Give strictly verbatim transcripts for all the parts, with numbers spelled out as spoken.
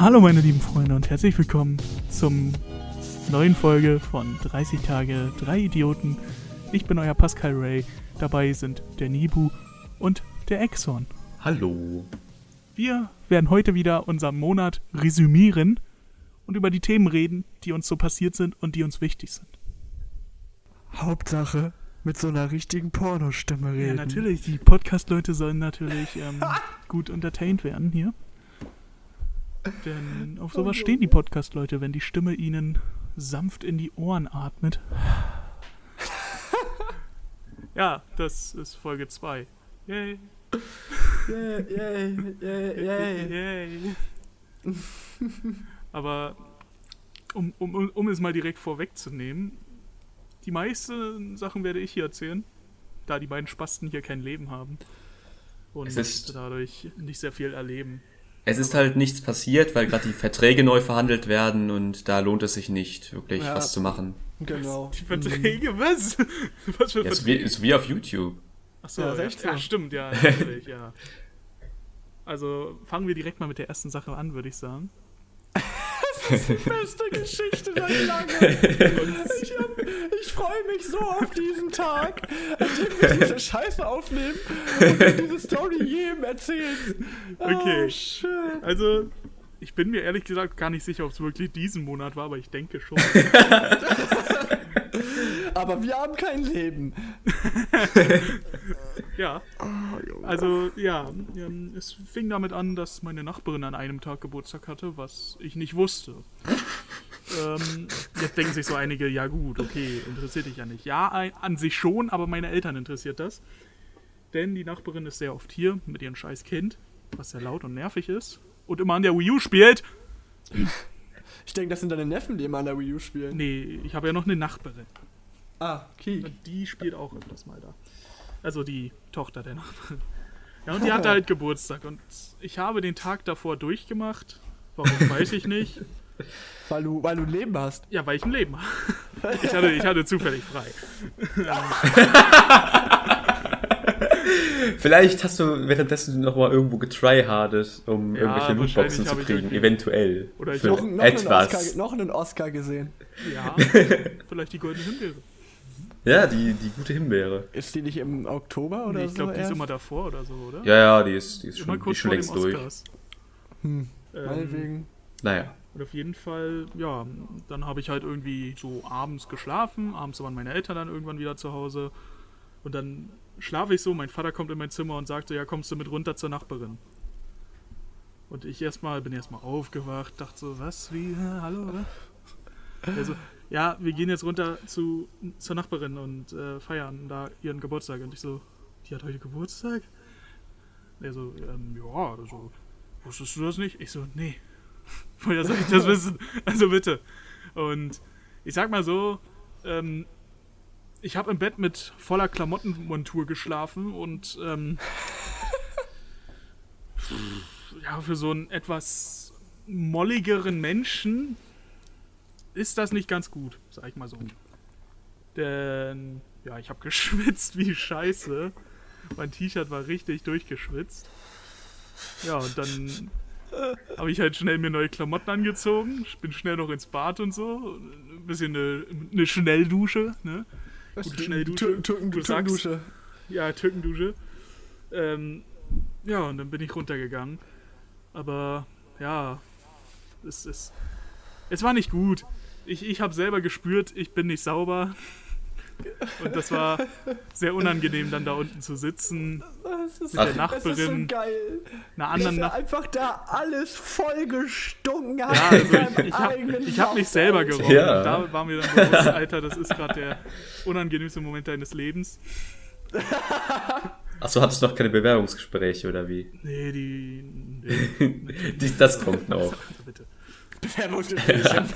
Hallo meine lieben Freunde und herzlich willkommen zum neuen Folge von dreißig Tage, drei Idioten. Ich bin euer Pascal Ray, dabei sind der Nibu und der Exxon. Hallo. Wir werden heute wieder unseren Monat resümieren und über die Themen reden, die uns so passiert sind und die uns wichtig sind. Hauptsache mit so einer richtigen Pornostimme reden. Ja, natürlich. Die Podcast-Leute sollen natürlich ähm, gut entertained werden hier. Denn auf sowas stehen die Podcast-Leute, wenn die Stimme ihnen sanft in die Ohren atmet. Ja, das ist Folge zwei. Yay. Yay, yay, yay, yay. Yay. Aber um, um, um es mal direkt vorwegzunehmen, die meisten Sachen werde ich hier erzählen, da die beiden Spasten hier kein Leben haben und Es ist- dadurch nicht sehr viel erleben. Es ist halt nichts passiert, weil gerade die Verträge neu verhandelt werden und da lohnt es sich nicht, wirklich Ja. was zu machen. Genau. Die Verträge, was? Was für Ja, ist, wie, Verträge? ist wie auf YouTube. Achso, Ja, ja, ist echt ja, so. stimmt, ja, natürlich, ja. Also fangen wir direkt mal mit der ersten Sache an, würde ich sagen. Beste Geschichte seit langem. Ich, hab- ich freue mich so auf diesen Tag, an dem wir diese Scheiße aufnehmen und du diese Story jedem erzählst. Okay. Oh, shit. Also, ich bin mir ehrlich gesagt gar nicht sicher, ob es wirklich diesen Monat war, aber ich denke schon. Aber wir haben kein Leben. Ja, Oh, Junge. also ja, ähm, es fing damit an, dass meine Nachbarin an einem Tag Geburtstag hatte, was ich nicht wusste. ähm, jetzt denken sich so einige, ja gut, okay, interessiert dich ja nicht. Ja, ein, an sich schon, aber meine Eltern interessiert das. Denn die Nachbarin ist sehr oft hier mit ihrem scheiß Kind, was sehr laut und nervig ist und immer an der Wii U spielt. Ich denke, das sind deine Neffen, die immer an der Wii U spielen. Nee, ich habe ja noch eine Nachbarin. Ah, Kiek. Und die spielt auch öfters mal da. Also die Tochter der Nachbarin. Ja, und die hatte halt Geburtstag. Und ich habe den Tag davor durchgemacht. Warum, weiß ich nicht. Weil du, weil du ein Leben hast. Ja, weil ich ein Leben habe. Ich hatte, ich hatte zufällig frei. Vielleicht hast du währenddessen nochmal irgendwo getryhardet, um Ja, irgendwelche Lootboxen wahrscheinlich zu habe ich kriegen, irgendwie- eventuell. Oder ich Für Noch, noch, einen etwas. Oscar, noch einen Oscar gesehen. Ja, vielleicht die goldene Himbeere. Ja, die, die gute Himbeere. Ist die nicht im Oktober oder Nee, ich so? glaube, die ist erst? immer davor oder so, oder? Ja, ja, die ist, die ist Immer schon, die kurz ist schon vor längst dem durch. Oscars. Hm, Ähm, meinetwegen. Naja. Und auf jeden Fall, ja, dann habe ich halt irgendwie so abends geschlafen. Abends waren meine Eltern dann irgendwann wieder zu Hause. Und dann schlafe ich so, mein Vater kommt in mein Zimmer und sagte, ja, kommst du mit runter zur Nachbarin? Und ich erstmal, bin erstmal aufgewacht, dachte so, was, wie, äh, hallo, oder? Also, ja, wir gehen jetzt runter zu, zur Nachbarin und äh, feiern da ihren Geburtstag. Und ich so, die hat heute Geburtstag? Er so, ähm, ja, also, wusstest du das nicht? Ich so, nee. Woher soll ich das wissen? Also bitte. Und ich sag mal so, ähm, ich habe im Bett mit voller Klamottenmontur geschlafen und ähm, ja, für so einen etwas molligeren Menschen ist das nicht ganz gut, sag ich mal so. Denn, ja, ich habe geschwitzt wie Scheiße. Mein T-Shirt war richtig durchgeschwitzt. Ja, und dann habe ich halt schnell mir neue Klamotten angezogen, bin schnell noch ins Bad und so. Ein bisschen eine, eine Schnelldusche, ne? Gute Schnelldusche. Tü- Tü- Du sagst. Türkendusche. Ja, Türkendusche. Ähm, ja, und dann bin ich runtergegangen. Aber, ja, es ist. Es war nicht gut. Ich, ich habe selber gespürt, ich bin nicht sauber. Und das war sehr unangenehm, dann da unten zu sitzen. Das ist, Mit der das ist so Nachbarin, geil. einer Dass anderen er Nach einfach da alles voll gestunken hat. Ja, also mit ich, ich seinem habe eigenen ich hab mich Saft, selber Alter. gerochen. Ja. Und da war mir dann bewusst, Alter, das ist gerade der unangenehmste Moment deines Lebens. Achso, hattest du noch keine Bewerbungsgespräche oder wie? Nee, die... Nee, nee. Dies, das kommt noch. Also bitte. Bewerbungsgespräche.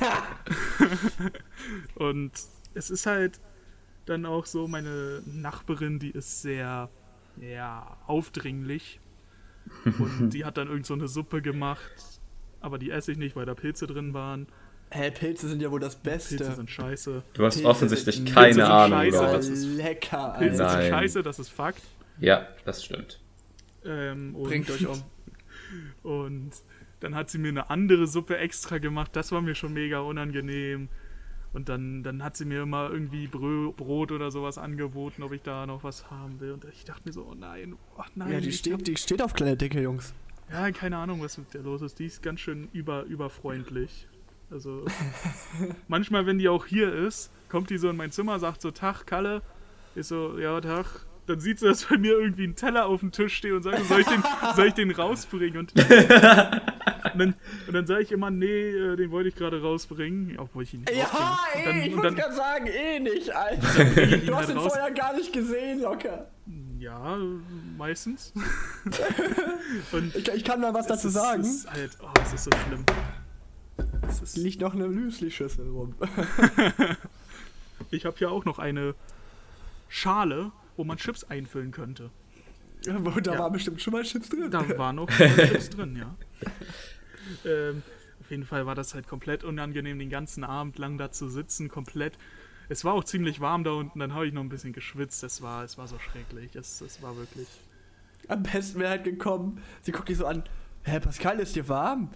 Und es ist halt dann auch so, meine Nachbarin, die ist sehr, ja, aufdringlich. Und die hat dann irgend so eine Suppe gemacht. Aber die esse ich nicht, weil da Pilze drin waren. Hä, Pilze sind ja wohl das Beste. Pilze sind scheiße. Du hast Pilze offensichtlich sind- keine Pilze sind Ahnung, scheiße, oder das was? ist- lecker, Pilze Alter. sind Nein. scheiße, das ist Fakt. Ja, das stimmt. Ähm, und, Bringt euch um. Und dann hat sie mir eine andere Suppe extra gemacht, das war mir schon mega unangenehm. Und dann, dann hat sie mir immer irgendwie Brö- Brot oder sowas angeboten, ob ich da noch was haben will. Und ich dachte mir so, oh nein, oh nein. Ja, die ich steht, hab- die steht auf kleine Dicke, Jungs. Ja, keine Ahnung, was mit der los ist. Die ist ganz schön über, überfreundlich. Also, manchmal, wenn die auch hier ist, kommt die so in mein Zimmer, sagt so, Tag, Kalle. Ich so, ja, Tag. Dann sieht sie, dass bei mir irgendwie ein Teller auf dem Tisch steht und sagt, soll ich den, soll ich den rausbringen? Und, und dann, und dann sage ich immer, nee, äh, den wollte ich gerade rausbringen. Obwohl ich ihn nicht Ja, rausbringe. Und dann- ey, ich und wollte dann- gerade sagen, eh nicht, Alter. bring ich ihn Du hast halt ihn raus. vorher gar nicht gesehen, locker. Ja, meistens. Und Ich, ich kann mal was es dazu ist, sagen. Es ist halt, oh, es ist so schlimm. Es ist, Liegt noch eine Müsli-Schüssel rum. ich habe hier auch noch eine Schale, wo man Chips einfüllen könnte. Da Ja. war bestimmt schon mal Chips drin. Da war noch Chips drin, ja. Ähm, auf jeden Fall war das halt komplett unangenehm, den ganzen Abend lang da zu sitzen, komplett. Es war auch ziemlich warm da unten, dann habe ich noch ein bisschen geschwitzt. Es war, es war so schrecklich. Es, es war wirklich. Am besten wäre halt gekommen, sie guckt dich so an, hä, Pascal, ist dir warm?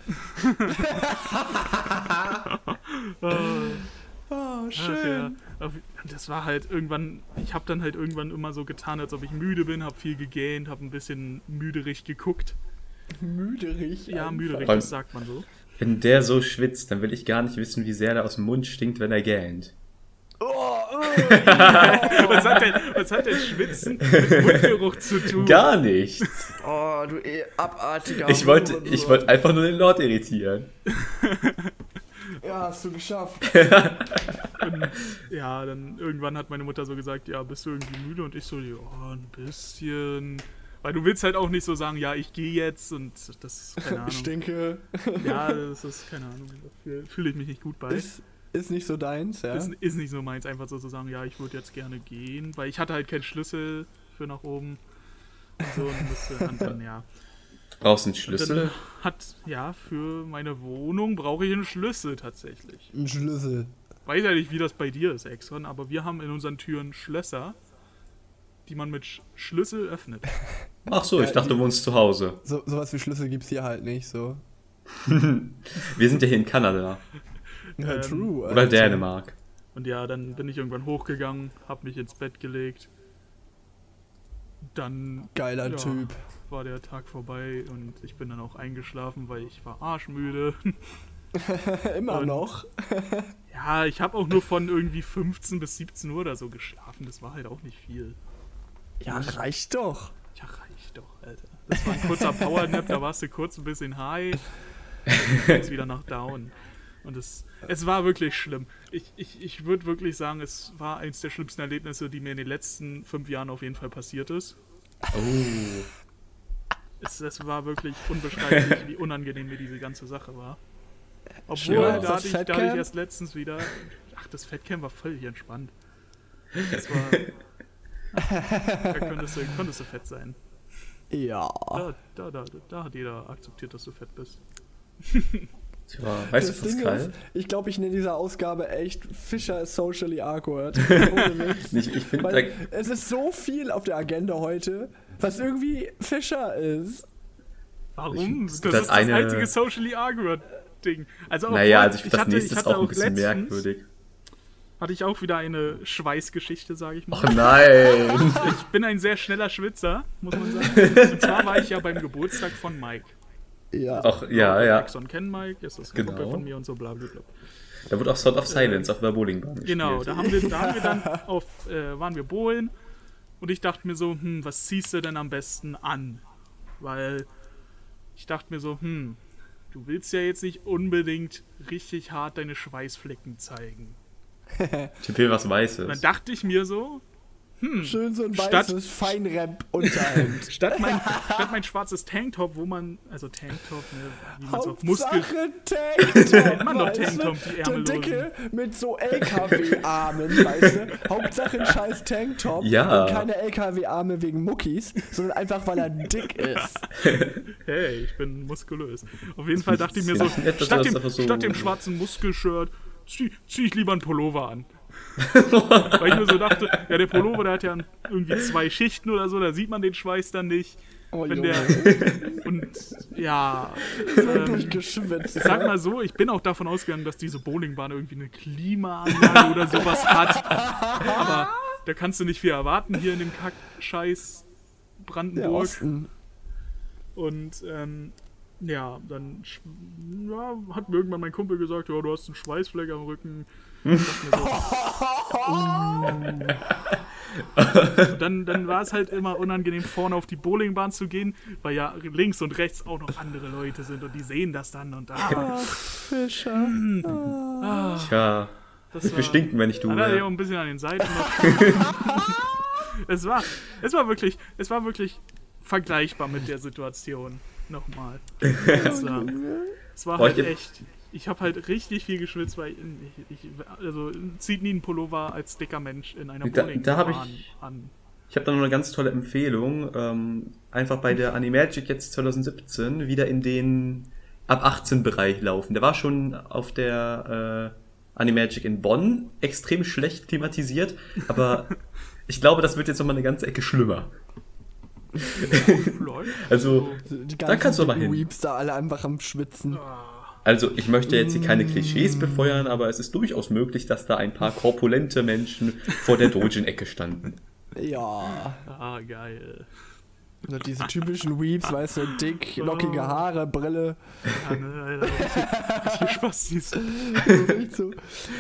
Oh, schön. Ach ja. Auf- Das war halt irgendwann. Ich habe dann halt irgendwann immer so getan, als ob ich müde bin, habe viel gegähnt, habe ein bisschen müderig geguckt. Müderig. Ja, einfach. müderig, Vor allem- das sagt man so. Wenn der so schwitzt, dann will ich gar nicht wissen, wie sehr der aus dem Mund stinkt, wenn er gähnt. Oh, oh, Was hat denn, was hat denn Schwitzen mit Mundgeruch zu tun? Gar nichts. oh, du eh abartiger. Ich wollte, ich wollte einfach nur den Lord irritieren. Ja, hast du geschafft. Und ja, dann irgendwann hat meine Mutter so gesagt, ja, bist du irgendwie müde? Und ich so, ja, ein bisschen. Weil du willst halt auch nicht so sagen, ja, ich gehe jetzt und das ist keine Ahnung. Stinke. Ja, das ist keine Ahnung. Da fühle ich mich nicht gut bei. Ist, ist nicht so deins, ja? Ist, ist nicht so meins, einfach so zu sagen, ja, ich würde jetzt gerne gehen, weil ich hatte halt keinen Schlüssel für nach oben und so und musste dann, dann ja. Brauchst du einen Und Schlüssel? dann hat, ja, für meine Wohnung brauche ich einen Schlüssel tatsächlich. Ein Schlüssel. Weiß ja nicht, wie das bei dir ist, Exxon, aber wir haben in unseren Türen Schlösser, die man mit Sch Schlüssel öffnet. Ach so, Ja, ich dachte, die- du wohnst zu Hause. So, sowas wie Schlüssel gibt's hier halt nicht, so. Wir sind ja hier in Kanada. Ja, Ähm, true. Oder Alter. Dänemark. Und ja, dann bin ich irgendwann hochgegangen, hab mich ins Bett gelegt. Dann Geiler ja, Typ. war der Tag vorbei und ich bin dann auch eingeschlafen, weil ich war arschmüde. Immer und- noch. Ja, ich habe auch nur von irgendwie fünfzehn bis siebzehn Uhr oder so geschlafen. Das war halt auch nicht viel. Ja, reicht doch. Ja, reicht doch, Alter. Das war ein kurzer Powernap, da warst du kurz ein bisschen high. Und jetzt wieder nach down. Und es, es war wirklich schlimm. Ich, ich, ich würde wirklich sagen, es war eines der schlimmsten Erlebnisse, die mir in den letzten fünf Jahren auf jeden Fall passiert ist. Oh. Es, es war wirklich unbeschreiblich, wie unangenehm mir diese ganze Sache war. Obwohl, Ja. da, Das hatte ich, da hatte ich Fatcamp? erst letztens wieder... Ach, das Fatcamp war völlig entspannt. Das war... Da könntest du, konntest du fett sein. Ja. Da, da, da, da hat jeder akzeptiert, dass du fett bist. Tja, weißt Das du, Ding Pascal? ist, ich glaube, ich nenne diese Ausgabe echt Fischer is socially awkward. Ohne Witz. Ich, ich finde, Weil es ist so viel auf der Agenda heute, was irgendwie Fischer ist. Warum? Das, das ist das eine- einzige socially awkward Ding. Also obwohl, naja, also ich finde das hatte- nächste ich ist hatte auch ein bisschen letztens- merkwürdig. Hatte ich auch wieder eine Schweißgeschichte, sage ich mal. Ach nein! Ich bin ein sehr schneller Schwitzer, muss man sagen. Und zwar war ich ja beim Geburtstag von Mike. Ja. Ach, ja, ja. Exxon kennt Mike, ist das ein Genau. Kumpel von mir und so bla bla bla. Da wurde auch Sword of Silence auf der Bowlingbahn gespielt. Genau, da haben wir, da haben wir dann auf, äh, waren wir bowlen und ich dachte mir so, hm, was ziehst du denn am besten an? Weil ich dachte mir so, hm, du willst ja jetzt nicht unbedingt richtig hart deine Schweißflecken zeigen. Ich will was Und dann Weißes. dachte ich mir so, Schön so ein Statt- weißes Feinrap-Unterhemd. statt mein, statt mein schwarzes Tanktop, wo man, also Tanktop, ne, wie man es auf Muskel... Hauptsache Tanktop, Nennt man doch weißt du? Tanktop, die Der Ärmellosen. Dicke mit so L K W-Armen, weißt du? Hauptsache ein scheiß Tanktop Ja. und keine L K W-Arme wegen Muckis, sondern einfach, weil er dick ist. Hey, ich bin muskulös. Auf jeden Fall dachte ich mir ist so, ja nicht etwas, statt was dem, einfach so- statt dem schwarzen Muskelshirt zieh, zieh ich lieber einen Pullover an. Weil ich mir so dachte, ja, der Pullover, der hat ja irgendwie zwei Schichten oder so, da sieht man den Schweiß dann nicht. Oh, wenn Junge. der, und ja, ähm, Durchgeschwitzt. ich sag mal so, ich bin auch davon ausgegangen, dass diese Bowlingbahn irgendwie eine Klimaanlage oder sowas hat. Aber da kannst du nicht viel erwarten hier in dem Kack-Scheiß Der Brandenburg. Osten. Und ähm, ja, dann sch- ja, hat mir irgendwann mein Kumpel gesagt, ja, du hast einen Schweißfleck am Rücken. Ich dachte mir so, uh. dann, dann war es halt immer unangenehm, vorne auf die Bowlingbahn zu gehen, weil ja links und rechts auch noch andere Leute sind und die sehen das dann und ah, Ach, Fischer. ah, Tja, das wir stinken, wenn ich du Hat er ja wäre. auch ein bisschen an den Seiten noch. es war, es war wirklich, es war wirklich vergleichbar mit der Situation. Nochmal. Es war, es war Boah, halt ich- echt. Ich habe halt richtig viel geschwitzt, weil ich, ich also zieht nie einen Pullover als dicker Mensch in einer Da- Bowlingbahn da hab ich- an. Ich habe da noch eine ganz tolle Empfehlung. Ähm, einfach bei der Animagic jetzt zwanzig siebzehn wieder in den ab achtzehn Bereich laufen. Der war schon auf der äh, Animagic in Bonn extrem schlecht klimatisiert, aber ich glaube, das wird jetzt noch mal eine ganze Ecke schlimmer. Lol. Also, Die Da kannst du mal hin. Weeps da alle einfach am Schwitzen. also ich möchte jetzt hier keine Klischees befeuern, aber es ist durchaus möglich, dass da ein paar korpulente Menschen vor der Dojin-Ecke standen. Ja. Ah, geil. Also diese typischen Weeps, weißt du, dick, lockige Haare, Brille. Ja, ne, Alter, richtig, richtig Spastis. Echt so.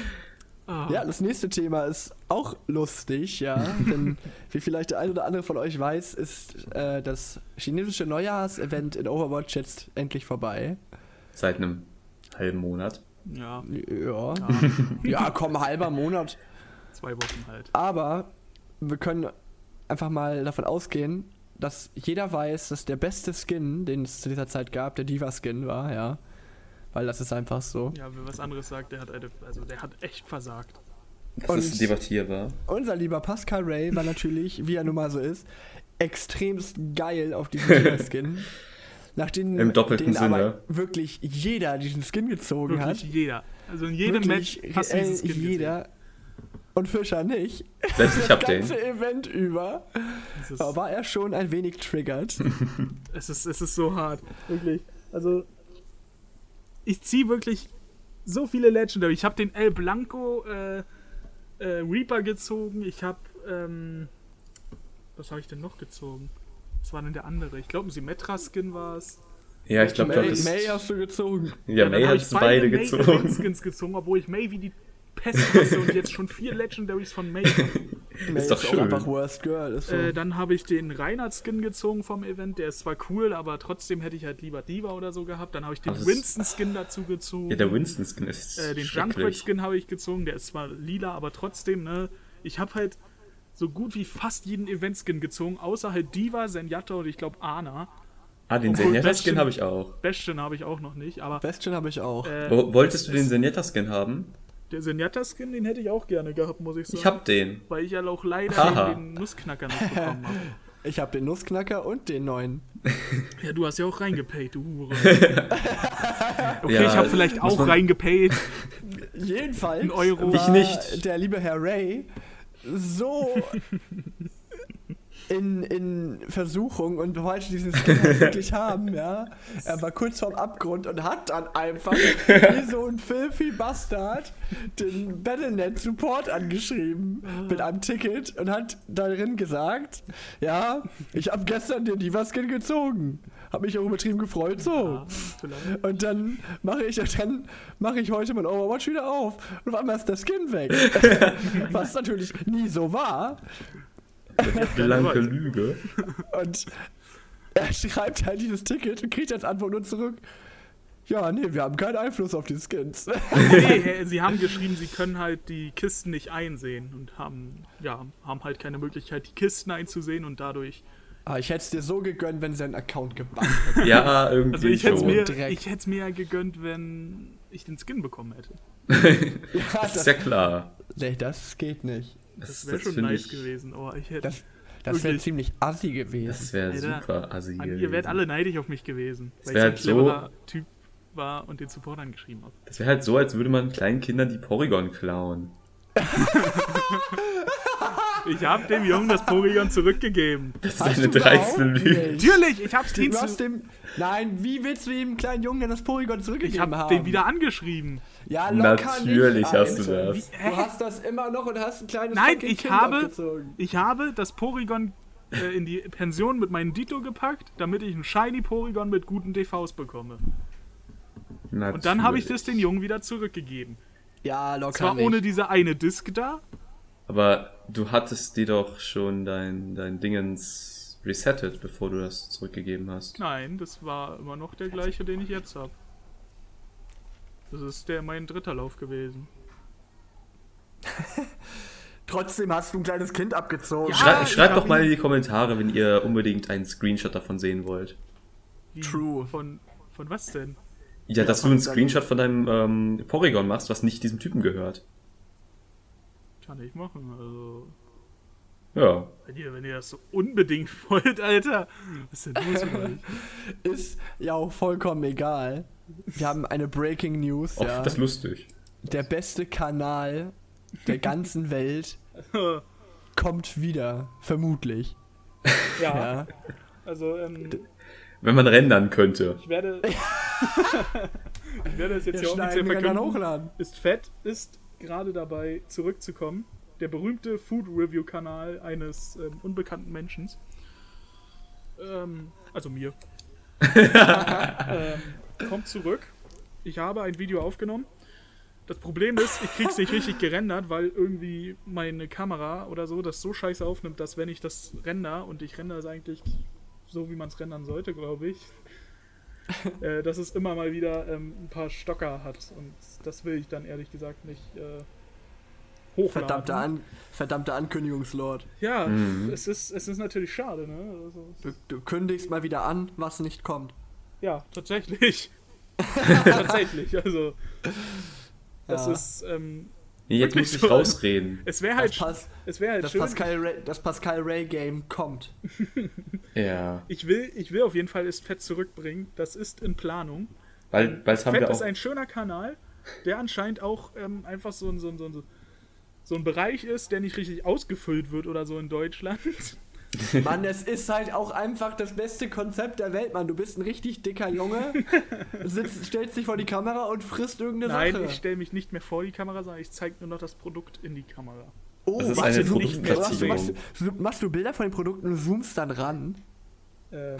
Ah. Ja, das nächste Thema ist auch lustig, ja. Denn wie vielleicht der ein oder andere von euch weiß, ist äh, das chinesische Neujahrsevent in Overwatch jetzt endlich vorbei. Seit einem halben Monat. Ja, Ja. ja, Ja, komm, halber Monat. zwei Wochen halt. Aber wir können einfach mal davon ausgehen, dass jeder weiß, dass der beste Skin, den es zu dieser Zeit gab, der Diva-Skin war, ja. Weil das ist einfach so. Ja, wer was anderes sagt, der hat eine, also der hat echt versagt. Das Und- ist debattierbar. Unser lieber Pascal Ray war natürlich, wie er nun mal so ist, extremst geil auf diesen Diva-Skin. Nachdem Im doppelten den aber Sinne. wirklich jeder diesen Skin gezogen Wirklich hat. jeder. Also in jedem Wirklich Match hast du reell dieses Skin jeder. Und Fischer nicht. Selbst ich hab das den. ganze Event über gesehen. Es aber ist, war er schon ein wenig triggert. es, ist, es ist so hart. Wirklich. Also, ich ziehe wirklich so viele Legendary. Ich habe den El Blanco äh, äh, Reaper gezogen. Ich habe, ähm, was habe ich denn noch gezogen? Was war denn der andere? Ich glaube, ein Symmetra-Skin war es. Ja, ich glaube, May, das ist. May hast du gezogen. Ja, dann May hab hat ich sie beide May gezogen. Event-Skins gezogen, obwohl ich May wie die Pest hasse und jetzt schon vier Legendaries von May habe. May doch auch schön. einfach Worst Girl. Ist so. Äh, dann habe ich den Reinhard-Skin gezogen vom Event. Der ist zwar cool, aber trotzdem hätte ich halt lieber Diva oder so gehabt. Dann habe ich den Aber das- Winston-Skin dazu gezogen. Ja, der Winston-Skin ist äh, den schrecklich. Junkrat-Skin habe ich gezogen. Der ist zwar lila, aber trotzdem, ne? Ich habe halt so gut wie fast jeden Event-Skin gezogen, außer halt Diva, Zenyatta und ich glaube Ana. Ah, den Obwohl, Zenyatta-Skin Bastion- habe ich auch. Bastion habe ich auch noch nicht, aber Bastion habe ich auch. äh, Wo- Wolltest du es- den Zenyatta-Skin haben? der Zenyatta-Skin, den hätte ich auch gerne gehabt, muss ich sagen. Ich hab den. Weil ich ja auch leider Haha. den Nussknacker nicht bekommen habe. Ich habe den Nussknacker und den neuen. Ja, du hast ja auch reingepayt, du Hure. Okay, Ja, ich habe vielleicht muss auch man- reingepayt. Jedenfalls Ein Euro. war Ich nicht. der liebe Herr Ray so in, in Versuchung und wollte diesen Skin halt wirklich haben, ja. Er war kurz vorm Abgrund und hat dann einfach wie so ein filthy Bastard den Battlenet Support angeschrieben mit einem Ticket und hat darin gesagt, ja, ich habe gestern den Diva-Skin gezogen. Hab mich auch übertrieben gefreut, so. Ja, vielleicht. Und dann mache ich, dann mache ich heute mein Overwatch wieder auf und auf einmal ist der Skin weg. Was natürlich nie so war. Blanke Lüge. Und er schreibt halt dieses Ticket und kriegt als Antwort nur zurück, ja, nee, wir haben keinen Einfluss auf die Skins. Nee, sie haben geschrieben, sie können halt die Kisten nicht einsehen und haben, ja, haben halt keine Möglichkeit, die Kisten einzusehen und dadurch. Aber ich hätte es dir so gegönnt, wenn seinen Account gebannt hätte. Ja, irgendwie Also ich hätte es schon. mir, Dreck. ich hätt's mir ja gegönnt, wenn ich den Skin bekommen hätte. Ja, Das das, ist ja klar. nee, das geht nicht. Das wäre das schon find nice ich- gewesen. Oh, ich hätte. Das, das wäre Wirklich. ziemlich assi gewesen. Das wäre Alter, super assi Mann, ihr gewesen. wärt alle neidisch auf mich gewesen, weil wär ich halt ein so- cleverer Typ war und den Support angeschrieben habe. Das wäre halt so, als würde man kleinen Kindern die Porygon klauen. Ich habe dem Jungen das Porygon zurückgegeben. Das ist Hast eine du dreiste überhaupt Lüge. nicht. Natürlich, ich hab's Du ihm hast zu... dem, nein, wie willst du dem kleinen Jungen denn das Porygon Ich zurückgegeben hab haben? den wieder angeschrieben. Ja, locker Natürlich nicht, hast du Alter. das. Du hast das immer noch und hast ein kleines Nein, fucking ich Kind habe, abgezogen. ich habe das Porygon äh, in die Pension mit meinem Dito gepackt, damit ich ein Shiny Porygon mit guten D Vs bekomme. Natürlich. Und dann habe ich das den Jungen wieder zurückgegeben. Ja, locker Zwar nicht. ohne diese eine Disc da. Aber du hattest dir doch schon dein, dein Dingens resettet, bevor du das zurückgegeben hast. Nein, das war immer noch der gleiche, den ich jetzt habe. Das ist der mein dritter Lauf gewesen. Trotzdem hast du ein kleines Kind abgezogen. Ja, Schrei ich schreibt hab doch mal ihn- in die Kommentare, wenn ihr unbedingt einen Screenshot davon sehen wollt. Wie, True. Von, von was denn? Ja, dass du einen Screenshot von deinem ähm, Porygon machst, was nicht diesem Typen gehört. Kann ich machen, also... Ja. Wenn ihr, wenn ihr das so unbedingt wollt, Alter. Was ist denn los mit euch? Ist ja auch vollkommen egal. Wir haben eine Breaking News, Oh, ja. das ist lustig. Der beste Kanal der ganzen Welt kommt wieder, vermutlich. Ja, Ja. also, ähm... Wenn man rendern könnte. Ich werde... ich werde es jetzt Wir hier offiziell schneiden, wir können dann verkünden. hochladen. Ist fett, ist gerade dabei zurückzukommen. Der berühmte Food Review Kanal eines ähm, unbekannten Menschen. Ähm, also mir. ähm, kommt zurück. Ich habe ein Video aufgenommen. Das Problem ist, ich krieg's nicht richtig gerendert, weil irgendwie meine Kamera oder so das so scheiße aufnimmt, dass wenn ich das render, und ich render es eigentlich so, wie man es rendern sollte, glaube ich, äh, dass es immer mal wieder ähm, ein paar Stocker hat. Und das will ich dann ehrlich gesagt nicht äh, hochladen. Verdammter, An verdammter Ankündigungslord. Ja, Mhm. es, ist, es ist natürlich schade, ne? Also, es Du, ist, du kündigst mal wieder an, was nicht kommt. ja, tatsächlich. tatsächlich, also. Das Ja. ist, ähm, Jetzt Wirklich muss ich so. rausreden. es wäre Das, halt, Pas es wäre halt das, schön. Pascal Ray, das Pascal Ray Game kommt. Ja. Ich will, ich will auf jeden Fall Ist Fett zurückbringen. Das ist in Planung. Weil, weil es haben Fett wir ist auch. ein schöner Kanal, der anscheinend auch ähm, einfach so ein, so, ein, so, ein, so ein Bereich ist, der nicht richtig ausgefüllt wird oder so in Deutschland. Mann, es ist halt auch einfach das beste Konzept der Welt, Mann. Du bist ein richtig dicker Junge, sitzt, stellst dich vor die Kamera und frisst irgendeine Nein, Sache. ich stelle mich nicht mehr vor die Kamera, sondern ich zeige nur noch das Produkt in die Kamera. Oh, Das ist warte, eine du- Produktplatzierung. Machst du, machst, du, machst du Bilder von den Produkten und zoomst dann ran? Ähm,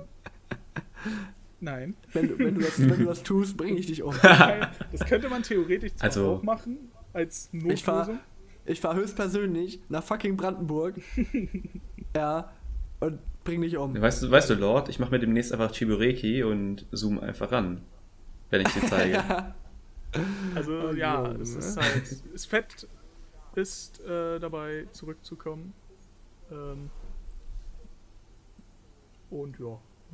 nein. Wenn du, wenn du, das, wenn du das tust, bringe ich dich um. Das könnte man theoretisch zwar Also- auch machen, als Ich fahr, Notlösung. ich fahr höchstpersönlich nach fucking Brandenburg. Ja, und bring dich um. Weißt du, weißt du, Lord, ich mache mir demnächst einfach Chibureki und zoom einfach ran. Wenn ich dir zeige. Also Oh, ja, Junge. es ist halt, ist fett, ist äh, dabei zurückzukommen. Ähm, und ja.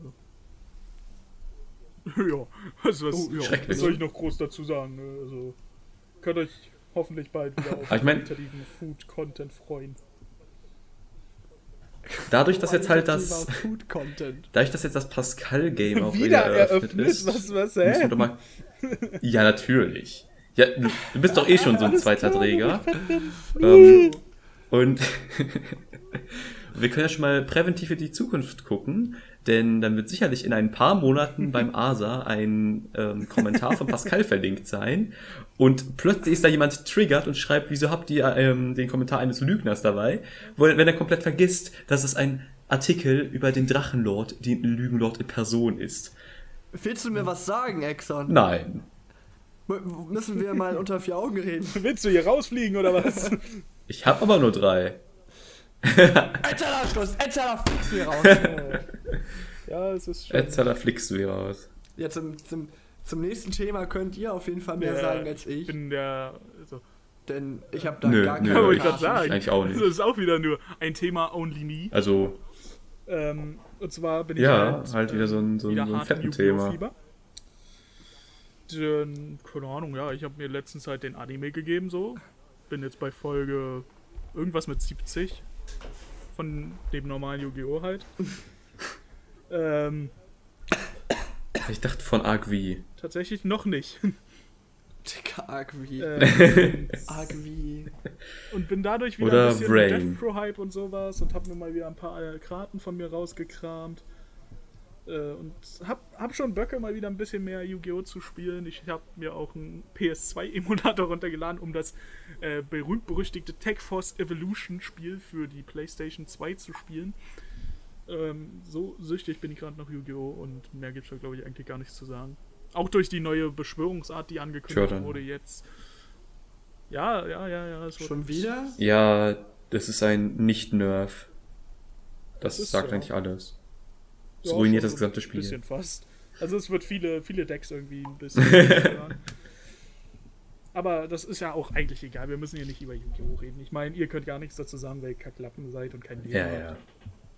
Ja, ja also was, Oh, ja. was Schrecklich. soll ich noch groß dazu sagen? Ne? Also könnt euch hoffentlich bald wieder auf Aber ich mein- qualitativen Food-Content freuen. Dadurch, dass jetzt halt das. Qualitativer Food-Content. Dadurch, dass jetzt das Pascal-Game auch Wieder wieder eröffnet, eröffnet? ist. Was- was, müssen hä? wir doch mal. Ja, natürlich. Ja, du, du bist doch eh schon so ein zweiter Träger. Ähm, und wir können ja schon mal präventiv in die Zukunft gucken, denn dann wird sicherlich in ein paar Monaten beim A S A ein ähm, Kommentar von Pascal verlinkt sein und plötzlich ist da jemand triggert und schreibt, wieso habt ihr ähm, den Kommentar eines Lügners dabei, wo, wenn er komplett vergisst, dass es ein Artikel über den Drachenlord, den Lügenlord in Person ist. Willst du mir was sagen, Exxon? Nein. M müssen wir mal unter vier Augen reden? Willst du hier rausfliegen oder was? Ich habe aber nur drei. Etzala Schluss, Etzala fliegst du hier raus. Ja, es ist schon. Jetzt fliegst du wieder raus. Ja, zum, zum, zum nächsten Thema könnt ihr auf jeden Fall mehr Ja, sagen als ich, Ich bin der. Also, denn ich habe da Nö, gar nö. keine ja, wollte ich gerade Karten. sagen. Eigentlich auch nicht. Das ist auch wieder nur ein Thema Only Me. Also, Ähm, und zwar bin ich ja, halt, halt wieder so ein, so ein, wieder so ein hart im fetten Yu-Gi-Oh! Thema. Fieber. Denn, keine Ahnung, ja, ich habe mir letztens halt den Anime gegeben, so. Bin jetzt bei Folge irgendwas mit siebzig. Von dem normalen Yu-Gi-Oh! Halt. ähm, Ich dachte von Agvi. tatsächlich noch nicht. Dicker Agvi. ähm, Agvi. und Und bin dadurch wieder Oder ein bisschen Vrain. im Death Pro-Hype und sowas und hab mir mal wieder ein paar äh, Karten von mir rausgekramt. Äh, und hab, hab schon Böcke, mal wieder ein bisschen mehr Yu-Gi-Oh! Zu spielen. Ich hab mir auch einen P S zwei Emulator runtergeladen, um das äh, berühmt-berüchtigte Tech Force Evolution Spiel für die PlayStation zwei zu spielen. Ähm, so süchtig bin ich gerade nach Yu-Gi-Oh! Und mehr gibt's da, glaube ich, eigentlich gar nichts zu sagen. Auch durch die neue Beschwörungsart, die angekündigt Jordan. wurde jetzt. Ja, ja, ja, ja. Es wird Schon wieder? Ja, das ist ein Nicht-Nerf. Das, Das ist sagt ja. eigentlich alles. Das Ja, ruiniert schon das gesamte Spiel. Ein bisschen fast. Also es wird viele, viele Decks irgendwie ein bisschen zerstören. Aber das ist ja auch eigentlich egal. Wir müssen hier nicht über Yu-Gi-Oh! Reden. Ich meine, ihr könnt gar nichts dazu sagen, weil ihr Kacklappen seid und kein Ja, Lehrer. ja.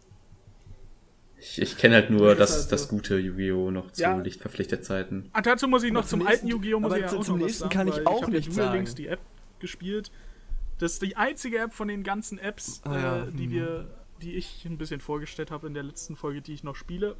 Ich, ich kenne halt nur Das ist das, halt so. das gute Yu-Gi-Oh! noch zu Ja. Lichtverpflichtet-Zeiten. Ah, dazu muss ich noch Aber zum zum alten nächsten- Yu-Gi-Oh! muss aber ich ja zu- auch zum noch was nächsten sagen, kann ich weil auch hab nichts ja Duel Links, sagen. die App, gespielt. Das ist die einzige App von den ganzen Apps, Ah, ja. äh, die Hm. wir, die ich ein bisschen vorgestellt habe in der letzten Folge, die ich noch spiele.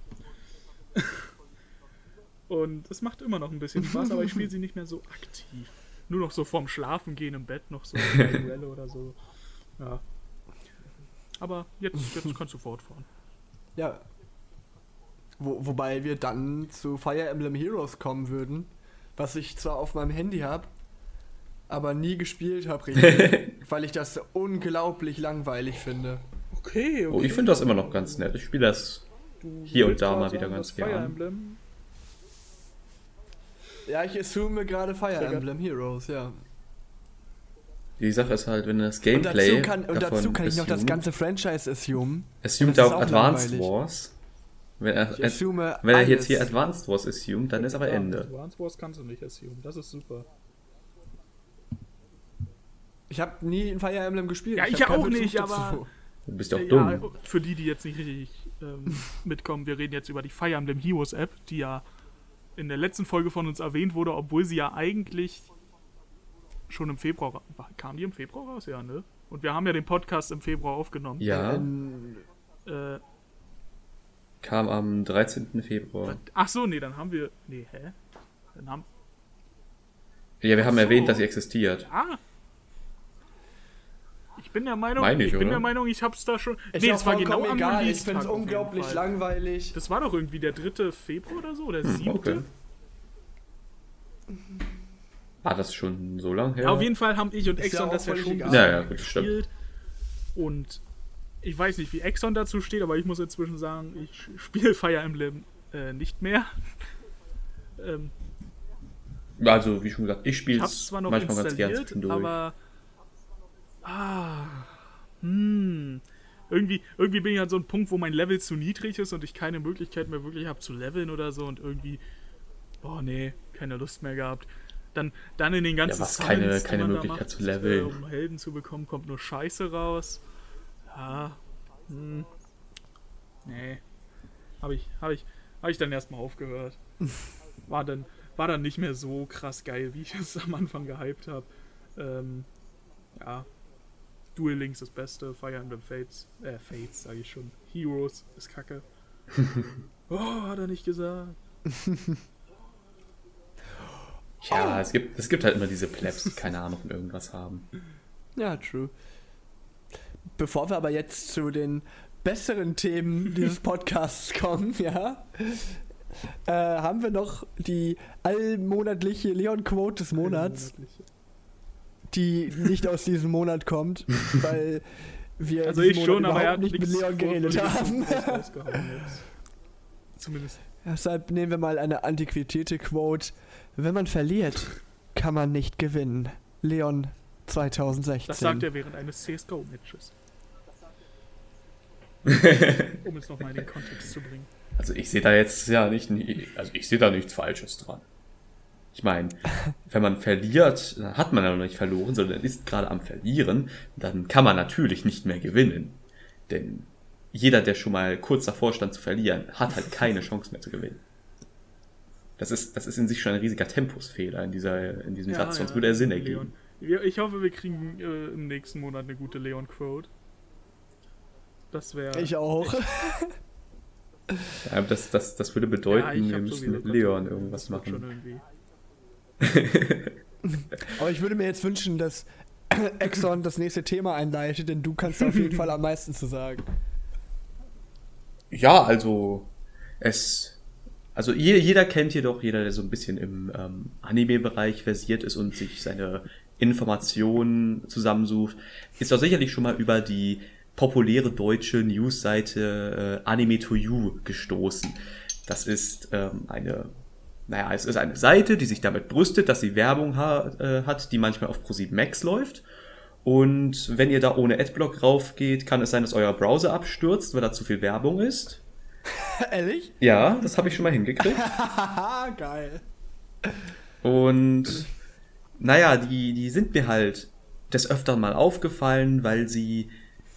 Und es macht immer noch ein bisschen Spaß, aber ich spiele sie nicht mehr so aktiv. Nur noch so vorm Schlafen gehen im Bett, noch so zwei Duelle oder so. Ja. Aber jetzt, jetzt kannst du fortfahren. Ja. Wo, wobei wir dann zu Fire Emblem Heroes kommen würden, was ich zwar auf meinem Handy habe, aber nie gespielt habe, richtig, weil ich das unglaublich langweilig finde. Okay, okay. Oh, ich finde das immer noch ganz nett. Ich spiele das Du hier und willst da gerade mal wieder sagen, ganz dass Fire gern. Emblem. Ja, ich assume gerade Fire Sehr Emblem Heroes, ja. Die Sache ist halt, wenn du das Und Gameplay dazu kann, und dazu kann ich noch das assume- ganze Franchise assume. assumed das ist auch auch Advanced langweilig. Wars. Wenn er, Ich assume wenn er alles. jetzt hier Advanced Wars assumed, dann ist aber Ja, Ende. Advance Wars kannst du nicht assumen, das ist super. Ich habe nie in Fire Emblem gespielt. Ja, ich hab keinen auch Bezug nicht, dazu. aber- Du bist ja auch Ja, dumm. für die, die jetzt nicht richtig ähm, mitkommen, wir reden jetzt über die Fire Emblem Heroes App, die ja in der letzten Folge von uns erwähnt wurde, obwohl sie ja eigentlich schon im Februar ra- war. Kam die im Februar raus? Ja, ne? Und wir haben ja den Podcast im Februar aufgenommen. Ja, Ähm, Äh, kam am dreizehnten Februar. ach so, nee, dann haben wir. Nee, hä? Dann haben. Ja, wir haben Ach so. erwähnt, dass sie existiert. Ah! Ich bin der Meinung, Meine ich, ich bin oder? der Meinung, ich hab's da schon. ist nee, auch es war genau vollkommen am egal. Ich Release-Tag finde es auf jeden unglaublich Fall. langweilig. Das war doch irgendwie der dritte Februar oder so, oder siebte? Okay. War das schon so lang her? Ja, auf jeden Fall haben ich und Ist ja Exxon auch das ja völlig schon egal. Ja, ja, gut, stimmt. gespielt. Und ich weiß nicht, wie Exxon dazu steht, aber ich muss inzwischen sagen, ich spiele Fire Emblem äh, nicht mehr. ähm, Also, wie schon gesagt, ich spiele ich hab's es zwar noch manchmal ganz gern installiert, zwischendurch. aber ah, hm, irgendwie, irgendwie bin ich an so einem Punkt, wo mein Level zu niedrig ist und ich keine Möglichkeit mehr wirklich habe zu leveln oder so und irgendwie, boah nee, keine Lust mehr gehabt. Dann, dann in den ganzen Ja, was, keine- Summons, die keine man da Möglichkeit macht, zu leveln. Äh, um Helden zu bekommen, kommt nur Scheiße raus. Ja, hm, nee, habe ich, habe ich, habe ich dann erstmal aufgehört. War dann, war dann nicht mehr so krass geil, wie ich es am Anfang gehypt habe. Ähm, ja, Duel Links ist das Beste, Fire Emblem Fates, äh, Fates sage ich schon, Heroes ist kacke. Oh, hat er nicht gesagt. Ja, es gibt, es gibt halt immer diese Plebs, die keine Ahnung von irgendwas haben. Ja, true. Bevor wir aber jetzt zu den besseren Themen dieses Podcasts kommen, ja, äh, haben wir noch die allmonatliche Leon-Quote des Monats, die nicht aus diesem Monat kommt, weil wir Also diesen ich schon, Monat aber er hat überhaupt nicht mit nichts Leon geredet Vorfälliges haben. rausgehauen jetzt. Zumindest. Deshalb nehmen wir mal eine Antiquitäte-Quote. Wenn man verliert, kann man nicht gewinnen. Leon zwanzig sechzehn. Das sagt er während eines C S G O-Matches. Um es nochmal in den Kontext zu bringen. Also ich sehe da jetzt ja nicht, also ich sehe da nichts Falsches dran. Ich meine, wenn man verliert, dann hat man ja noch nicht verloren, sondern ist gerade am Verlieren, dann kann man natürlich nicht mehr gewinnen. Denn jeder, der schon mal kurz davor stand zu verlieren, hat halt keine Chance mehr zu gewinnen. Das ist, das ist in sich schon ein riesiger Tempusfehler in, dieser, in diesem Satz, sonst würde er Sinn ergeben. Leon. Ich hoffe, wir kriegen äh, im nächsten Monat eine gute Leon-Quote. Das wäre... Ich auch. Ja, das, das, das würde bedeuten, ich wir hab müssen sowieso mit Kontakte. Leon irgendwas Das wird machen. schon irgendwie. Aber ich würde mir jetzt wünschen, dass Exxon das nächste Thema einleitet, denn du kannst da auf jeden Fall am meisten zu sagen. Ja, also es, also jeder kennt jedoch, jeder, der so ein bisschen im ähm, Anime-Bereich versiert ist und sich seine Informationen zusammensucht, ist doch sicherlich schon mal über die populäre deutsche Newsseite äh, Anime to You gestoßen. Das ist ähm, eine, naja, es ist eine Seite, die sich damit brüstet, dass sie Werbung ha- äh, hat, die manchmal auf ProSieben Max läuft. Und wenn ihr da ohne Adblock raufgeht, kann es sein, dass euer Browser abstürzt, weil da zu viel Werbung ist. Ehrlich? Ja, das habe ich schon mal hingekriegt. Geil. Und naja, die, die sind mir halt des Öfteren mal aufgefallen, weil sie,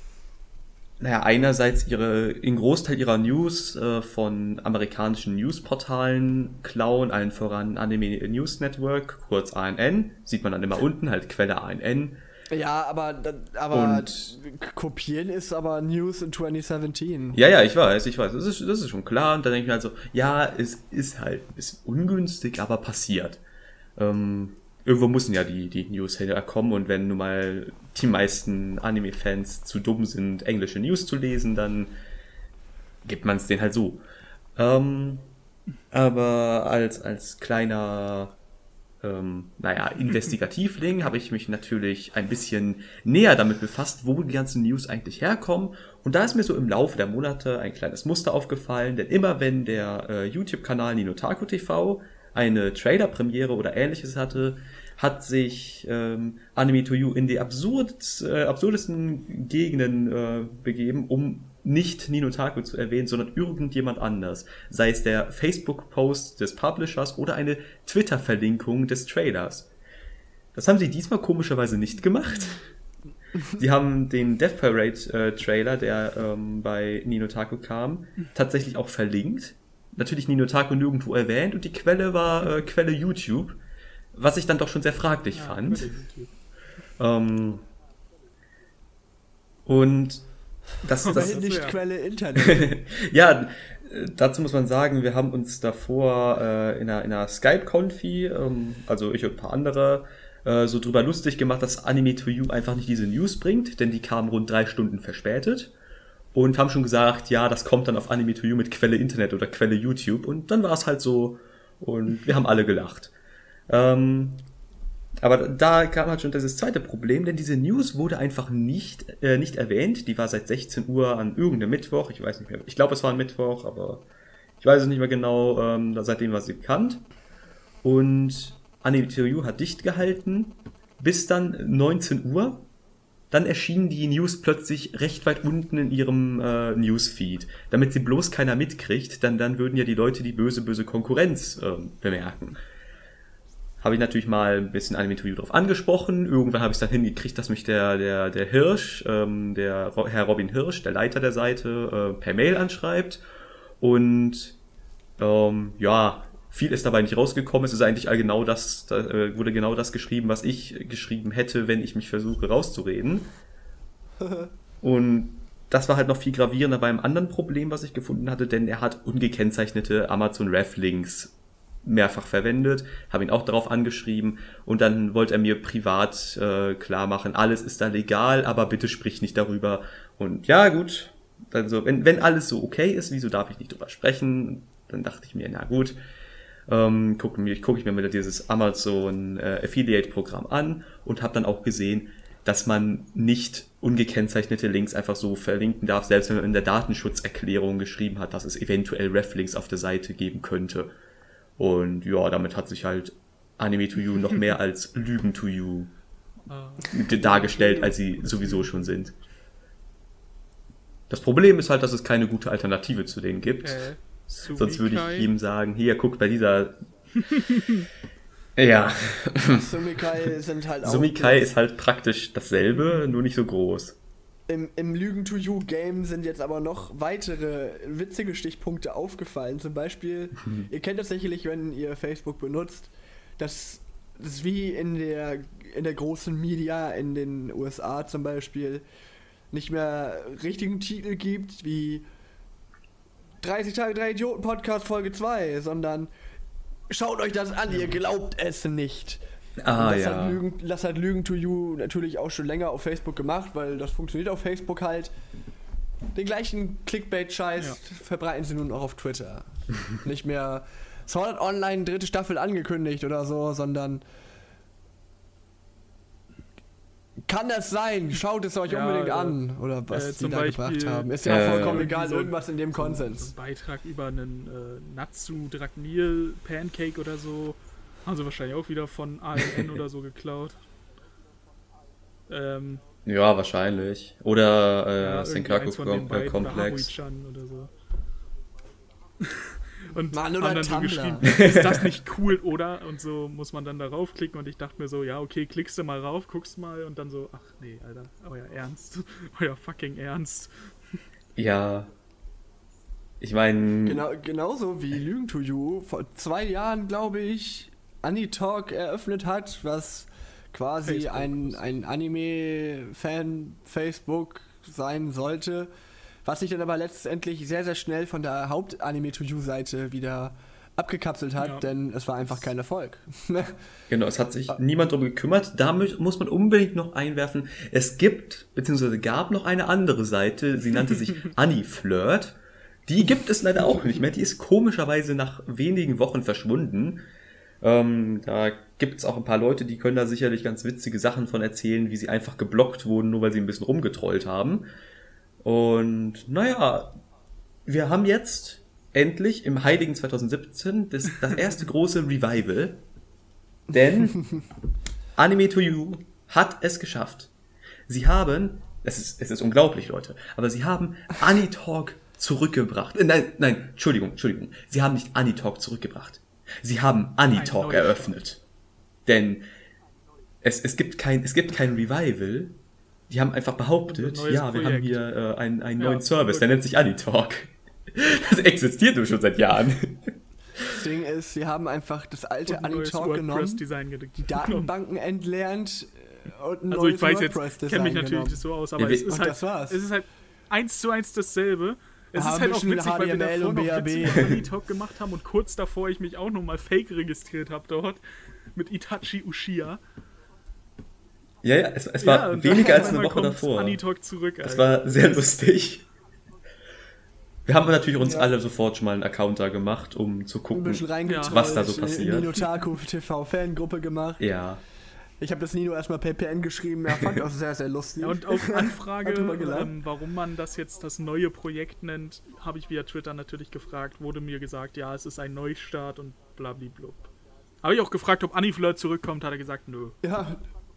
naja, einerseits ihre, den Großteil ihrer News äh, von amerikanischen Newsportalen klauen, allen voran Anime News Network, kurz A N N, sieht man dann immer unten, halt Quelle A N N. Ja, aber, aber Und kopieren ist aber News in zwanzig siebzehn. Ja, ja, ich weiß, ich weiß, das ist, das ist schon klar. Und dann denke ich mir halt so, ja, es ist halt ein bisschen ungünstig, aber passiert. Ähm, irgendwo müssen ja die, die News-Header kommen, und wenn nun mal die meisten Anime-Fans zu dumm sind, englische News zu lesen, dann gibt man es denen halt so. Ähm, aber als, als kleiner, ähm, naja, Investigativling habe ich mich natürlich ein bisschen näher damit befasst, wo die ganzen News eigentlich herkommen. Und da ist mir so im Laufe der Monate ein kleines Muster aufgefallen, denn immer wenn der äh, YouTube-Kanal Ninotaku T V eine Trailer-Premiere oder ähnliches hatte, hat sich ähm, Anime to You in die absurd, äh, absurdesten Gegenden äh, begeben, um nicht Ninotaku zu erwähnen, sondern irgendjemand anders. Sei es der Facebook-Post des Publishers oder eine Twitter-Verlinkung des Trailers. Das haben sie diesmal komischerweise nicht gemacht. Sie haben den Death Parade-Trailer, der ähm, bei Ninotaku kam, tatsächlich auch verlinkt. Natürlich Ninotaku nirgendwo erwähnt, und die Quelle war äh, Quelle YouTube, was ich dann doch schon sehr fraglich ja, fand. Ähm, und das, das, das ist nicht ja. Quelle Internet. Ja, dazu muss man sagen, wir haben uns davor äh, in einer, in einer Skype-Konfi, ähm, also ich und ein paar andere, äh, so drüber lustig gemacht, dass Anime to You einfach nicht diese News bringt, denn die kamen rund drei Stunden verspätet. Und haben schon gesagt, ja, das kommt dann auf Anime to You mit Quelle Internet oder Quelle YouTube. Und dann war es halt so. Und wir haben alle gelacht. Ähm, aber da kam halt schon dieses zweite Problem, denn diese News wurde einfach nicht, äh, nicht erwähnt. Die war seit sechzehn Uhr an irgendeinem Mittwoch. Ich weiß nicht mehr. Ich glaube, es war ein Mittwoch, aber ich weiß es nicht mehr genau. Ähm, seitdem war sie bekannt. Und Anime to You hat dicht gehalten bis dann neunzehn Uhr. Dann erschienen die News plötzlich recht weit unten in ihrem äh, Newsfeed, damit sie bloß keiner mitkriegt, dann, dann würden ja die Leute die böse, böse Konkurrenz äh, bemerken. Habe ich natürlich mal ein bisschen Anime to You drauf angesprochen. Irgendwann habe ich es dann hingekriegt, dass mich der, der, der Hirsch, ähm, der Herr Robin Hirsch, der Leiter der Seite, äh, per Mail anschreibt. Und ähm, ja, viel ist dabei nicht rausgekommen. Es ist eigentlich all genau das, da äh, wurde genau das geschrieben, was ich geschrieben hätte, wenn ich mich versuche rauszureden. Und das war halt noch viel gravierender bei einem anderen Problem, was ich gefunden hatte, denn er hat ungekennzeichnete Amazon-Ref-Links mehrfach verwendet, habe ihn auch darauf angeschrieben, und dann wollte er mir privat äh, klar machen, alles ist da legal, aber bitte sprich nicht darüber. Und ja, gut, also wenn, wenn alles so okay ist, wieso darf ich nicht drüber sprechen? Dann dachte ich mir, na gut, Ähm, gucke mir, guck ich mir mal dieses Amazon äh, Affiliate-Programm an und habe dann auch gesehen, dass man nicht ungekennzeichnete Links einfach so verlinken darf, selbst wenn man in der Datenschutzerklärung geschrieben hat, dass es eventuell Ref-Links auf der Seite geben könnte. Und ja, damit hat sich halt Anime to You noch mehr als Lügen to You dargestellt, als sie sowieso schon sind. Das Problem ist halt, dass es keine gute Alternative zu denen gibt. Äh. Sonst würde ich ihm sagen, hier, guck bei dieser... ja. Sumikai sind halt auch... Sumikai ist halt praktisch dasselbe, nur nicht so groß. Im, im Lügen-to-You-Game sind jetzt aber noch weitere witzige Stichpunkte aufgefallen. Zum Beispiel, mhm. ihr kennt das sicherlich, wenn ihr Facebook benutzt, dass das wie in der, in der großen Media in den U S A zum Beispiel nicht mehr richtigen Titel gibt, wie dreißig Tage drei Idioten Podcast Folge zwei, sondern schaut euch das an, ihr glaubt es nicht. Ah, und das, ja. hat Lügen, das hat Lügen to You natürlich auch schon länger auf Facebook gemacht, weil das funktioniert auf Facebook halt. Den gleichen Clickbait-Scheiß Ja. verbreiten sie nun auch auf Twitter. Nicht mehr Sword Art Online dritte Staffel angekündigt oder so, sondern kann das sein? Schaut es euch Ja, unbedingt äh, an. Oder was äh, die zum da Beispiel, gebracht haben. Ist ja äh, vollkommen egal, diese- irgendwas in dem So Konsens. ein Beitrag über einen äh, Natsu Dragnil Pancake oder so. Haben sie wahrscheinlich auch wieder von A M N oder so geklaut. Ähm, Ja, wahrscheinlich. Oder äh, ja, Senkaku irgendwie eins von den Kom- beiden, äh, oder Komplex. Harui-chan oder so. Und Mann, haben oder dann so Tumblr. geschrieben, ist das nicht cool, oder? Und so muss man dann da raufklicken und ich dachte mir so, ja, okay, klickst du mal rauf, guckst mal und dann so, ach nee, Alter, euer Ernst, euer fucking Ernst. Ja. Ich meine, Genau, genauso wie Lügen to You vor zwei Jahren, glaube ich, Anitalk eröffnet hat, was quasi Facebook ein, ist. ein Anime-Fan-Facebook sein sollte, was sich dann aber letztendlich sehr, sehr schnell von der Haupt-Anime-to-You-Seite wieder abgekapselt hat, Ja. denn es war einfach kein Erfolg. genau, es hat sich niemand drum gekümmert. Da mü- muss man unbedingt noch einwerfen, es gibt, beziehungsweise gab noch eine andere Seite, sie nannte sich Aniflirt. Die gibt es leider auch nicht mehr. Die ist komischerweise nach wenigen Wochen verschwunden. Ähm, da gibt es auch ein paar Leute, die können da sicherlich ganz witzige Sachen von erzählen, wie sie einfach geblockt wurden, nur weil sie ein bisschen rumgetrollt haben. Und naja, wir haben jetzt endlich im heiligen zwanzig siebzehn das, das erste große Revival. Denn Anime to You hat es geschafft. Sie haben, es ist, es ist unglaublich, Leute, aber sie haben Anitalk zurückgebracht. Äh, Nein, nein, Entschuldigung, Entschuldigung. Sie haben nicht Anitalk zurückgebracht. Sie haben Anitalk Ein neuer eröffnet. Denn es, es, gibt kein, es gibt kein Revival. Die haben einfach behauptet, Unser neues ja, wir haben Projekt. hier äh, einen, einen Ja, neuen Service, der wirklich. nennt sich Anitalk. Das existiert nur schon seit Jahren. Das Ding ist, sie haben einfach das alte Und ein neues Anitalk genommen, WordPress-Design ge- die Datenbanken entlernt äh, und ein Also ich neues weiß jetzt, WordPress-Design kenne mich natürlich genommen. nicht so aus, aber Ja, es wir- ist Und halt, das war's. es ist halt eins zu eins dasselbe. Es Ah, ist ein halt auch bisschen witzig, weil wir H T M L davor und noch B A B. witzig über Anitalk gemacht haben und kurz davor ich mich auch nochmal fake registriert habe dort mit Itachi Uchiha. Ja, ja, es, es war Ja, und weniger dann als eine einmal Woche kommt davor. Anitalk zurück. Das Alter. war sehr lustig. Wir haben natürlich uns Ja. alle sofort schon mal einen Account da gemacht, um zu Ein gucken. bisschen reingetrollt, was da so passiert. Ninotaku T V Fangruppe gemacht. Ja. Ich habe das Nino erstmal per P N geschrieben, er fand das sehr, sehr lustig. Ja, und auf Anfrage, Hat drüber gelacht. ähm, warum man das jetzt das neue Projekt nennt, habe ich via Twitter natürlich gefragt, wurde mir gesagt, ja, es ist ein Neustart und blablablub. Habe ich auch gefragt, ob Aniflirt zurückkommt, hat er gesagt, nö. Ja,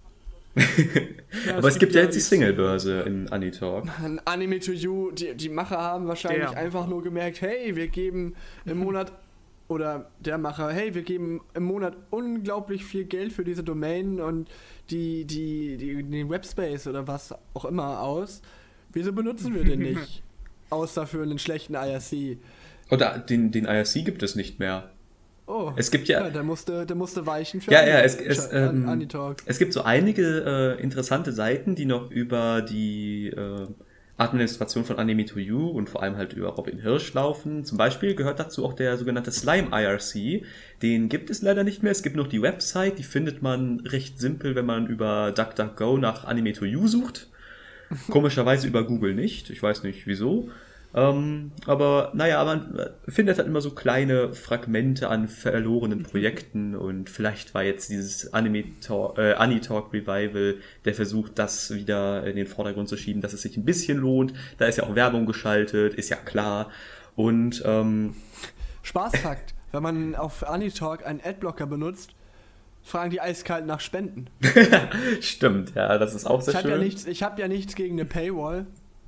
Ja, Aber es gibt ja jetzt die die- Singlebörse in Anitalk. ein Anime to You, die, die Macher haben wahrscheinlich Der einfach Macher. nur gemerkt, hey, wir geben im Monat, oder der Macher, hey, wir geben im Monat unglaublich viel Geld für diese Domain und die, die, die, den Webspace oder was auch immer aus. Wieso benutzen wir den nicht? Außer für einen schlechten I R C. Oder den, den I R C gibt es nicht mehr. Oh, Es gibt ja, ja, der musste, der musste weichen für Ja, ja, Ani- es- es, An- ähm, Anitalk. es gibt so einige äh, interessante Seiten, die noch über die äh, Administration von Anime to You und vor allem halt über Robin Hirsch laufen. Zum Beispiel gehört dazu auch der sogenannte Slime I R C. Den gibt es leider nicht mehr. Es gibt noch die Website, die findet man recht simpel, wenn man über DuckDuckGo nach Anime to You sucht. Komischerweise über Google nicht. Ich weiß nicht wieso. Ähm, aber naja, man findet halt immer so kleine Fragmente an verlorenen Projekten und vielleicht war jetzt dieses Anime Talk, äh, Anitalk Revival der Versuch, das wieder in den Vordergrund zu schieben, dass es sich ein bisschen lohnt. Da ist ja auch Werbung geschaltet, ist ja klar. Und ähm, Spaßfakt, wenn man auf Anitalk einen Adblocker benutzt, fragen die eiskalt nach Spenden. stimmt, ja, das ist auch sehr Ich habe schön. ja, nichts- ich hab ja nichts gegen eine Paywall.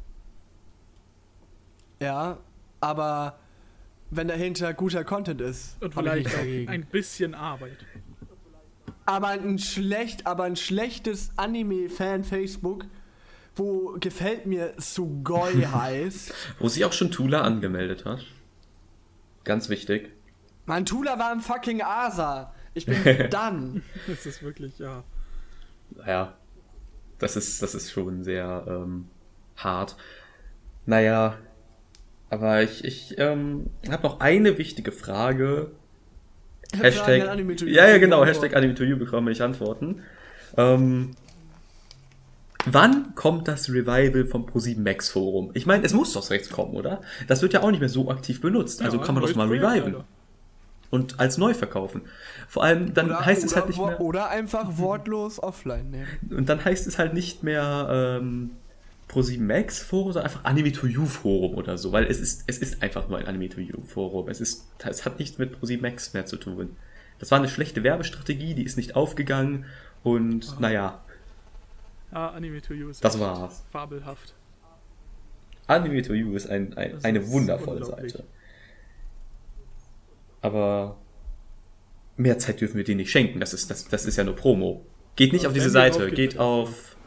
Ja, aber wenn dahinter guter Content ist, Und hab ich vielleicht nichts auch dagegen. ein bisschen Arbeit. Aber ein schlecht, aber ein schlechtes Anime-Fan-Facebook, wo gefällt mir Sugoi heißt. Wo sich auch schon Tula angemeldet hat. Ganz wichtig. Mein Tula war im fucking Asa. Ich bin dann. Das ist wirklich, ja. Ja, das ist, das ist schon sehr ähm, hart. Naja, aber ich, ich ähm, habe noch eine wichtige Frage. Hashtag, Fragen an Anime to You. ja, ja, genau, Hashtag Anime to You bekomme ich Antworten. Ähm, wann kommt das Revival vom ProSieben Max Forum? Ich meine, es muss doch jetzt kommen, oder? Das wird ja auch nicht mehr so aktiv benutzt, also Ja, kann man das mal neues Projekt, reviven. Alter. Und als neu verkaufen. Vor allem, dann Oder, heißt es oder, halt nicht wo- mehr... Oder einfach wortlos offline nehmen. Und dann heißt es halt nicht mehr ähm, ProSieben Max Forum, sondern einfach Anime to You Forum oder so, weil es ist, es ist einfach nur ein Anime to You Forum. Es ist, es hat nichts mit ProSieben Max mehr zu tun. Das war eine schlechte Werbestrategie, die ist nicht aufgegangen und Aha. naja, Ja, Anime to You ist das echt war's. fabelhaft. Anime to You ist ein, ein, Das eine ist wundervolle unglaublich. Seite. Aber mehr Zeit dürfen wir denen nicht schenken, das ist, das, das ist ja nur Promo. Geht nicht Ja, auf diese wenn ihr Seite, drauf geht, geht bitte. auf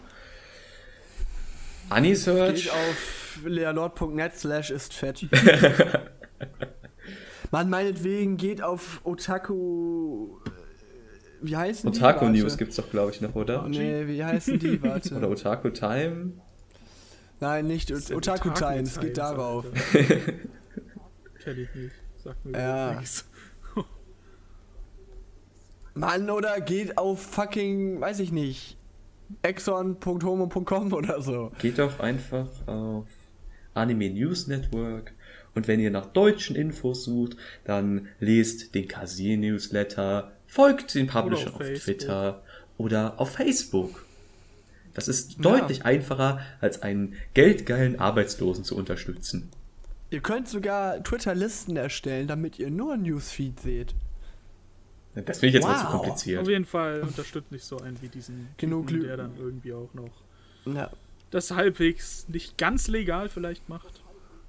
Anisearch. Geht auf lealord punkt net slash ist fett. Man, meinetwegen geht auf Otaku. äh, Wie heißen die? Otaku Warte. News gibt's doch, glaube ich, noch, oder? Nee, wie heißen die? Warte. Oder Otaku Time. Nein, nicht Das ist Otaku Otaku Times, geht Times, darauf. Alter. Kenn ich nicht. Sagt mir Ja. ja. nichts. Mann, oder geht auf fucking, weiß ich nicht, exon punkt homo punkt com oder so. Geht doch einfach auf Anime News Network und wenn ihr nach deutschen Infos sucht, dann lest den Kazi Newsletter, folgt den Publisher auf auf, Facebook. Twitter oder auf Facebook. Das ist Ja. deutlich einfacher, als einen geldgeilen Arbeitslosen zu unterstützen. Ihr könnt sogar Twitter-Listen erstellen, damit ihr nur Newsfeed seht. Das finde ich jetzt mal zu Wow. kompliziert. Auf jeden Fall unterstützt nicht so einen wie diesen Genug Typen, Lü- der dann irgendwie auch noch Ja. das halbwegs nicht ganz legal vielleicht macht.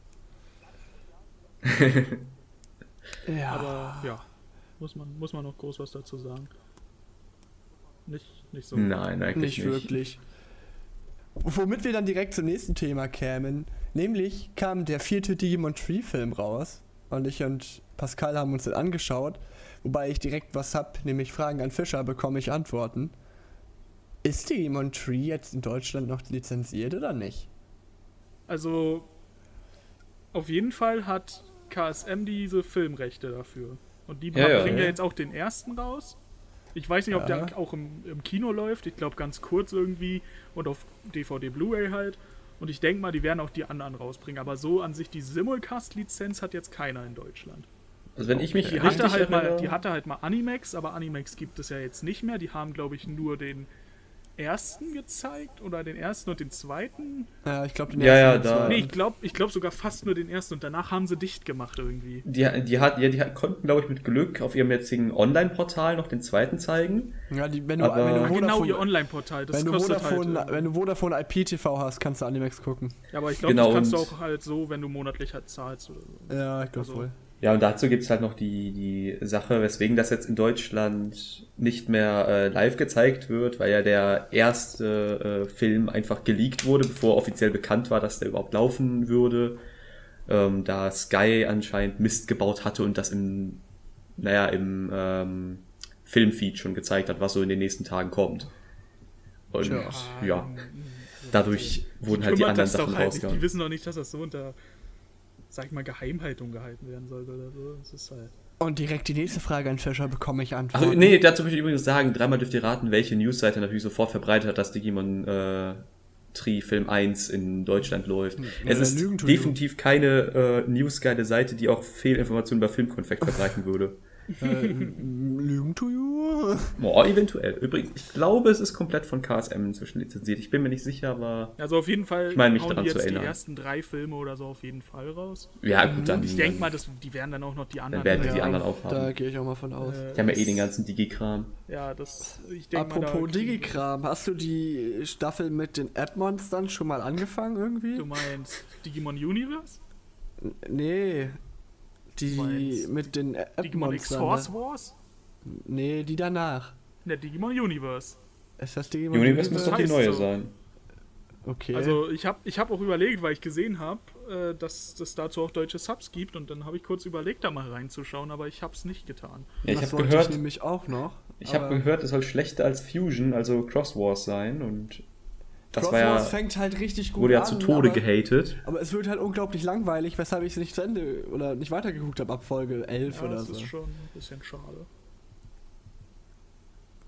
Ja. Aber ja, muss man, muss man noch groß was dazu sagen. Nicht, nicht so. Nein, eigentlich nicht, nicht. wirklich. Womit wir dann direkt zum nächsten Thema kämen. Nämlich kam der vierte Digimon Tree Film raus. Und ich und Pascal haben uns den angeschaut. Wobei ich direkt was hab, nämlich Fragen an Fischer, bekomme ich Antworten. Ist Digimon Tree jetzt in Deutschland noch lizenziert oder nicht? Also, auf jeden Fall hat K S M diese Filmrechte dafür. Und die Ja, ja, bringen ja ja. jetzt auch den ersten raus. Ich weiß nicht, ob Ja. der auch im, im Kino läuft. Ich glaube ganz kurz irgendwie. Und auf D V D Blu-ray halt. Und ich denke mal, die werden auch die anderen rausbringen. Aber so an sich, die Simulcast-Lizenz hat jetzt keiner in Deutschland. Also wenn ich mich Die richtig hatte, halt mal, erinnere- die hatte halt mal Animax, aber Animax gibt es ja jetzt nicht mehr. Die haben, glaube ich, nur den ersten gezeigt oder den ersten und den zweiten. Ja, ich glaube, Ja, ja, da- Nee, ich glaube ich glaub sogar fast nur den ersten und danach haben sie dicht gemacht irgendwie. Die, die, hat, ja, die hat, konnten, glaube ich, mit Glück auf ihrem jetzigen Online-Portal noch den zweiten zeigen. Ja, die, wenn du, Aber- wenn du Ja, genau, Vodafone, ihr Online-Portal, das wenn du kostet Vodafone, halt. wenn du Vodafone I P T V hast, kannst du Animax gucken. Ja, aber ich glaube, Genau, das kannst du und- auch halt so, wenn du monatlich halt zahlst oder so. Ja, ich glaube Also- wohl. Ja, und dazu gibt's halt noch die, die Sache, weswegen das jetzt in Deutschland nicht mehr äh, live gezeigt wird, weil ja der erste äh, Film einfach geleakt wurde, bevor offiziell bekannt war, dass der überhaupt laufen würde. Ähm, da Sky anscheinend Mist gebaut hatte und das im, naja, im ähm, Filmfeed schon gezeigt hat, was so in den nächsten Tagen kommt. Und Tja. ja, dadurch wurden halt die Kümmert anderen das doch Sachen halt nicht. rausgehauen. Die wissen doch nicht, dass das so unter, sag ich mal, Geheimhaltung gehalten werden sollte oder so. Das ist halt. Und direkt die nächste Frage an Fischer bekomme ich Antworten. Also, nee, dazu möchte ich übrigens sagen, dreimal dürft ihr raten, welche Newsseite natürlich sofort verbreitet hat, dass Digimon äh, Tree Film eins in Deutschland läuft. Ja, es dann ist lügen tun die. definitiv keine äh, newsgeile Seite, die auch Fehlinformationen über Filmkonfekt verbreiten würde. Äh, Lügen to you? Oh, eventuell. Übrigens, ich glaube, es ist komplett von K S M inzwischen lizenziert. Ich bin mir nicht sicher, aber Also auf jeden Fall Ich meine, mich hauen daran die zu jetzt die erinnern. ersten drei Filme oder so auf jeden Fall raus. ja, gut, dann, Ich denke dann, mal, das, die werden dann auch noch die anderen. dann werden wir drei- die Ja, anderen auch Da haben. gehe ich auch mal von aus. äh, Die haben ja eh den ganzen Digi-Kram. Ja, das. Ich denk mal, da Apropos kriegen- Digikram, hast du die Staffel mit den App-Monstern schon mal angefangen irgendwie? Du meinst Digimon Universe? N- Nee. Die Du meinst mit den Digimon X App-Monstern. Horse Ne? Wars? Nee, die danach. Ne, Digimon Universe. Ist das Digimon Universe muss doch die heißt neue so. sein. Okay. Also ich habe ich hab auch überlegt, weil ich gesehen habe, äh, dass es dazu auch deutsche Subs gibt und dann habe ich kurz überlegt, da mal reinzuschauen, aber ich habe es nicht getan. Ja, ich das habe wollte gehört, ich nämlich auch noch. ich habe aber gehört, es soll schlechter als Fusion, also Cross Wars sein und das Cross war ja, Wars fängt halt richtig gut wurde ja an, zu Tode aber, gehatet. aber es wird halt unglaublich langweilig, weshalb ich es nicht zu Ende oder nicht weitergeguckt habe ab Folge elf Ja, oder das so. ist schon ein bisschen schade.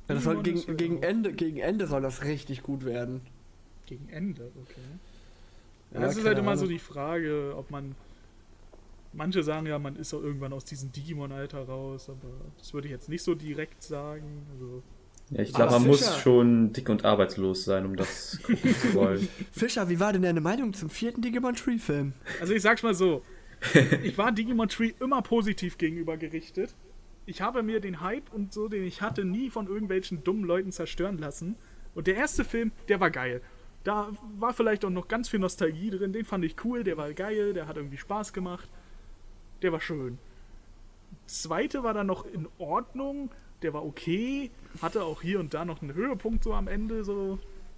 Ja, das soll Digimon gegen, ist ja gegen, auch- Ende, gegen Ende soll das richtig gut werden. Gegen Ende, okay. Ja, Ja, das ist keine halt immer so Ahnung. die Frage, ob man. Manche sagen ja, man ist auch irgendwann aus diesem Digimon-Alter raus, aber das würde ich jetzt nicht so direkt sagen. Also, Ja, ich Aber glaube, man muss Fischer- schon dick und arbeitslos sein, um das gucken zu wollen. Fischer, wie war denn deine Meinung zum vierten Digimon Tree-Film? also ich sag's mal so. Ich war Digimon Tree immer positiv gegenüber gerichtet. Ich habe mir den Hype und so, den ich hatte, nie von irgendwelchen dummen Leuten zerstören lassen. Und der erste Film, der war geil. Da war vielleicht auch noch ganz viel Nostalgie drin. Den fand ich cool, der war geil, der hat irgendwie Spaß gemacht. Der war schön. Der zweite war dann noch in Ordnung, der war okay, hatte auch hier und da noch einen Höhepunkt so am Ende so.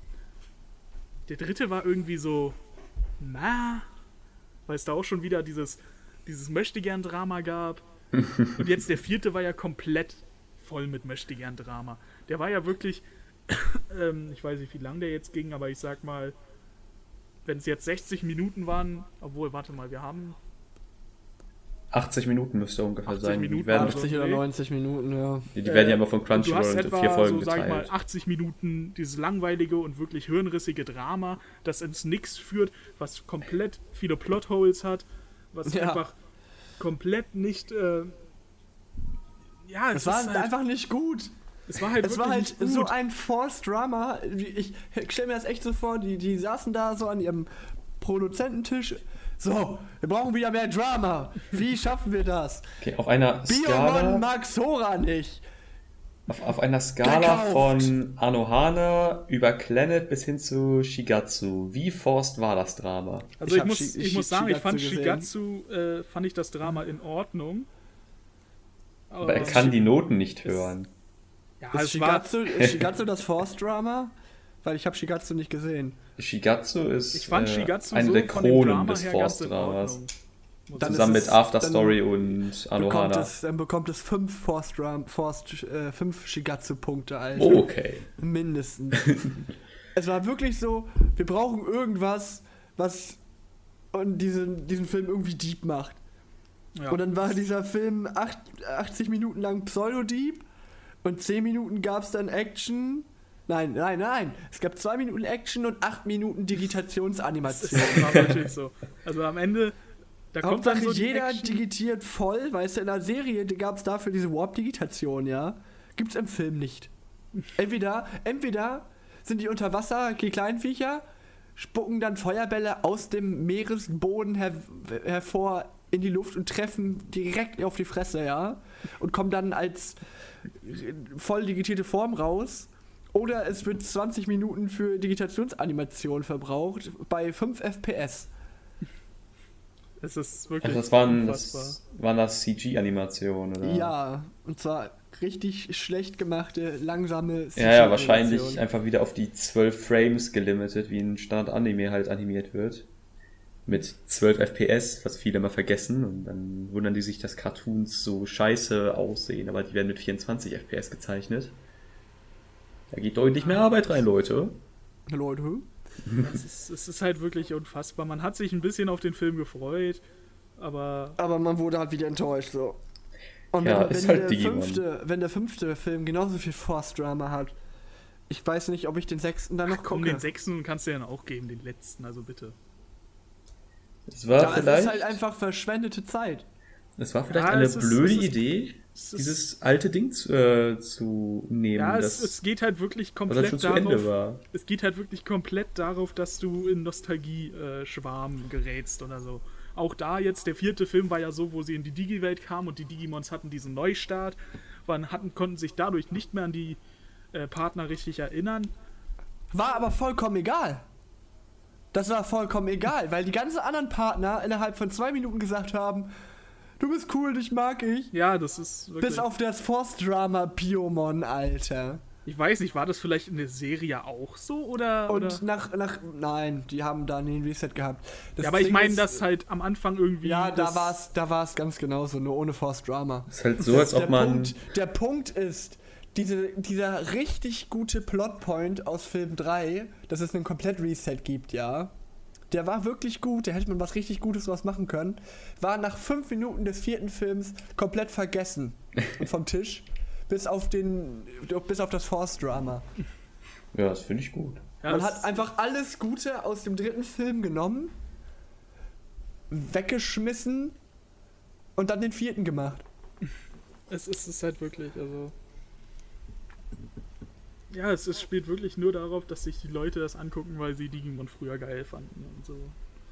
Der dritte war irgendwie so, na, weil es da auch schon wieder dieses, dieses Möchtegern-Drama gab. Und jetzt der vierte war ja komplett voll mit Möchtegern-Drama. Der war ja wirklich, ähm, ich weiß nicht, wie lang der jetzt ging, aber ich sag mal, wenn es jetzt sechzig Minuten waren, obwohl, warte mal, wir haben achtzig Minuten müsste ungefähr achtzig sein. Minuten, die werden, also- achtzig oder nee. neunzig Minuten, ja. die, die werden ja immer von du Crunchyroll hast in etwa vier Folgen so, sag ich mal, geteilt. achtzig Minuten dieses langweilige und wirklich hirnrissige Drama, das ins Nix führt, was komplett viele Plotholes hat, was Ja. einfach komplett nicht, äh, ja, es Es war ist halt, einfach nicht gut. es war halt Es war wirklich halt nicht so gut. ein Forced Drama. Ich stelle mir das echt so vor, die, die saßen da so an ihrem Produzententisch. So, wir brauchen wieder mehr Drama. Wie schaffen wir das? Okay, auf einer Biomon Skala, mag Sora nicht. auf, auf einer Skala Gekauft. von Anohana über Planet bis hin zu Shigatsu. Wie forced war das Drama? Also Ich ich, hab muss, Shi- ich muss sagen, ich Shigatsu fand gesehen. Shigatsu, äh, fand ich das Drama in Ordnung. Aber er kann die Noten nicht hören. Ja, Ist es war, Shigatsu, ist Shigatsu das Forced Drama? Weil ich habe Shigatsu nicht gesehen. Shigatsu ist ich fand äh, Shigatsu eine so der von dem Kronen Drama des her ganz in Force-Dramas. Ordnung. Muss Dann ich ist Zusammen es- mit After dann Story und Bekommt Anohana. es, dann bekommt es fünf Forced Dram, Forced, äh, fünf Shigatsu-Punkte, Alter. Oh, okay. Mindestens. Es war wirklich so, wir brauchen irgendwas, was und diesen, diesen Film irgendwie deep macht. Ja. Und dann war dieser Film acht, achtzig Minuten lang Pseudo-Deep und zehn Minuten gab es dann Action. Nein, nein, nein. Es gab zwei Minuten Action und acht Minuten Das Digitationsanimation. war wirklich so. Also am Ende, da kommt dann Hauptsache so die jeder Action. digitiert voll, weißt du, in der Serie gab es dafür diese Warp-Digitation, ja. Gibt's im Film nicht. Entweder, entweder sind die unter Wasser, die kleinen Viecher, spucken dann Feuerbälle aus dem Meeresboden her hervor in die Luft und treffen direkt auf die Fresse, ja. Und kommen dann als voll digitierte Form raus. Oder es wird zwanzig Minuten für Digitationsanimation verbraucht bei fünf F P S. Es ist wirklich Also das waren, unfassbar. das waren das C G-Animationen, oder? Ja, und zwar richtig schlecht gemachte, langsame Ja, ja, wahrscheinlich einfach wieder auf die zwölf Frames gelimitet, wie ein Standard-Anime halt animiert wird. Mit zwölf F P S, was viele immer vergessen. Und dann wundern die sich, dass Cartoons so scheiße aussehen. Aber die werden mit vierundzwanzig F P S gezeichnet. Da geht deutlich mehr Arbeit rein, Leute. Leute, Es ist, es ist halt wirklich unfassbar. Man hat sich ein bisschen auf den Film gefreut, aber aber man wurde halt wieder enttäuscht, so. Und Ja, wenn, ist wenn, halt der Digimon. fünfte, wenn der fünfte Film genauso viel Force-Drama hat, ich weiß nicht, ob ich den sechsten dann noch komm, gucke. den sechsten kannst du ja auch geben, den letzten, also bitte. Es war Ja, es ist vielleicht, halt einfach verschwendete Zeit. es war vielleicht Ja, eine es ist- blöde es ist- Idee, Es ist, dieses alte Ding zu, äh, zu nehmen, ja, das, es, es geht halt wirklich was halt komplett schon zu Ende darauf, war. es geht halt wirklich komplett darauf, dass du in Nostalgie-Schwarm gerätst oder so. Auch da jetzt, der vierte Film war ja so, wo sie in die Digi-Welt kamen und die Digimons hatten diesen Neustart, waren, hatten, konnten sich dadurch nicht mehr an die äh, Partner richtig erinnern. War aber vollkommen egal. Das war vollkommen egal, weil die ganzen anderen Partner innerhalb von zwei Minuten gesagt haben, du bist cool, dich mag ich. Ja, das ist wirklich... Bis auf das Force-Drama Biomon, Alter. Ich weiß nicht, war das vielleicht in der Serie auch so oder... Und oder? nach, nach, nein, die haben da nie ein Reset gehabt. Das Ja, aber ich Ding meine, ist, dass halt am Anfang irgendwie... ja, da das- war es da war's ganz genauso, nur ohne Forced Drama. Es ist halt so, als der, ob man... Punkt, der Punkt ist, diese, dieser richtig gute Plotpoint aus Film drei, dass es einen Komplett-Reset gibt, ja. Der war wirklich gut, da hätte man was richtig Gutes draus machen können. War nach fünf Minuten des vierten Films komplett vergessen und vom Tisch. bis auf den, bis auf das Force-Drama. Ja, das finde ich gut. Ja, Man es- hat einfach alles Gute aus dem dritten Film genommen, weggeschmissen und dann den vierten gemacht. Es ist, es ist halt wirklich, also. Ja, es, es spielt wirklich nur darauf, dass sich die Leute das angucken, weil sie Digimon früher geil fanden und so.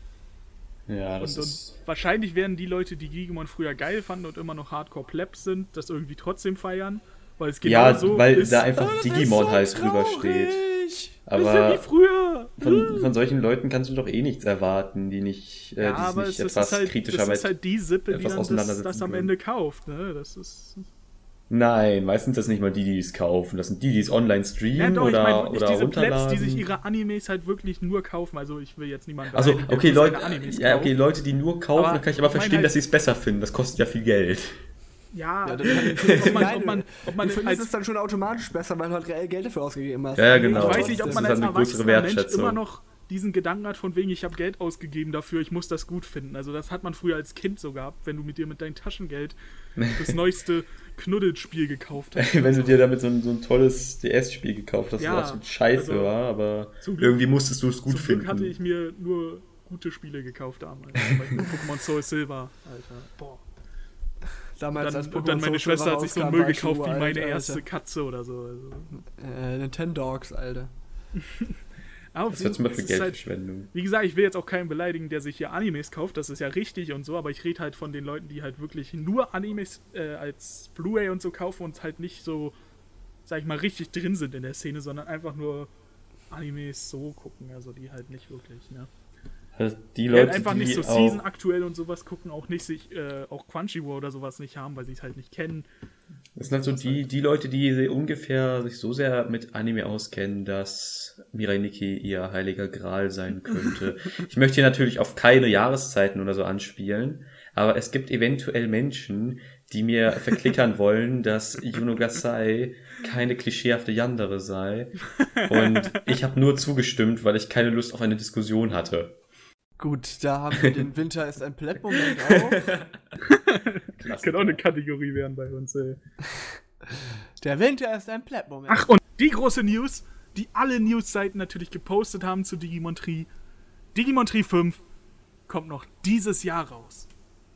Ja, das Und, ist... und wahrscheinlich werden die Leute, die Digimon früher geil fanden und immer noch Hardcore-Plebs sind, das irgendwie trotzdem feiern, weil es genau Ja, so weil ist. da einfach Oh, das Digimon ist so halt drüber steht. traurig. das ist ja wie Aber früher. von, von solchen Leuten kannst du doch eh nichts erwarten, die nicht, äh, Ja, die sich aber nicht es, es etwas ist halt, kritischer das mit... ist halt die Sippe, die etwas dann das, auseinandersetzen das am können. Ende kauft. Ne? Das ist. Nein, meistens das nicht mal die, die es kaufen. Das sind die, die es online streamen Ja, doch, oder, ich meine wirklich oder diese Plebs, runterladen. die sich ihre Animes halt wirklich nur kaufen. Also ich will jetzt niemanden Also, beleidigen, der okay, nur Leute, seine Animes ja, okay, kauft. Leute, die nur kaufen, Aber dann kann ich aber ich meine verstehen, halt- dass sie es besser finden. Das kostet ja viel Geld. Ja, Ja, dann halt ob man, ob man, ob man du findest als, es dann schon automatisch besser, weil du halt reell Geld dafür ausgegeben hast. Ja, ja, genau. ich weiß nicht, ob Das man ist als halt eine größere erwachsener Mensch Wertschätzung. immer noch diesen Gedanken hat, von wegen, ich habe Geld ausgegeben dafür, ich muss das gut finden. Also das hat man früher als Kind so gehabt, wenn du mit dir mit deinem Taschengeld das neueste Knuddelspiel gekauft hast. Wenn du dir damit so ein, so ein tolles D S-Spiel gekauft hast, Ja, das absolut scheiße also, war, aber zum Glück- irgendwie musstest du es gut Zum finden. Glück hatte ich mir nur gute Spiele gekauft damals. Zum Beispiel Pokémon Soul Silver, Alter. Boah. Damals Dann, als und dann meine Pokémon Schwester Silver hat sich so einen rauskam, Müll war ich gekauft wie uralt, meine Alter. erste Katze oder so. Also. Äh, Nintendogs, Alter. Aber Das wäre zum Beispiel es ist halt, Geldverschwendung. wie gesagt, ich will jetzt auch keinen beleidigen, der sich hier Animes kauft, das ist ja richtig und so, aber ich rede halt von den Leuten, die halt wirklich nur Animes äh, als Blu-ray und so kaufen und halt nicht so, sag ich mal, richtig drin sind in der Szene, sondern einfach nur Animes so gucken, also die halt nicht wirklich, ne? Also die Die Leute, halt einfach die nicht so auch, Season aktuell und sowas gucken, auch nicht sich, äh, auch Crunchyroll oder sowas nicht haben, weil sie es halt nicht kennen. Das sind halt so die, die Leute, die ungefähr sich so sehr mit Anime auskennen, dass Mirai Nikki ihr heiliger Gral sein könnte. Ich möchte hier natürlich auf keine Jahreszeiten oder so anspielen, aber es gibt eventuell Menschen, die mir verklickern wollen, dass Yuno Gasai keine klischeehafte Yandere sei. Und ich habe nur zugestimmt, weil ich keine Lust auf eine Diskussion hatte. Gut, da haben wir den Winter ist ein Plätt-Moment auch. Das könnte auch eine Kategorie werden bei uns, ey. Der Winter ist ein Plätt-Moment. Ach, und die große News, die alle Newsseiten natürlich gepostet haben zu Digimon Tree. Digimon Tree fünf kommt noch dieses Jahr raus.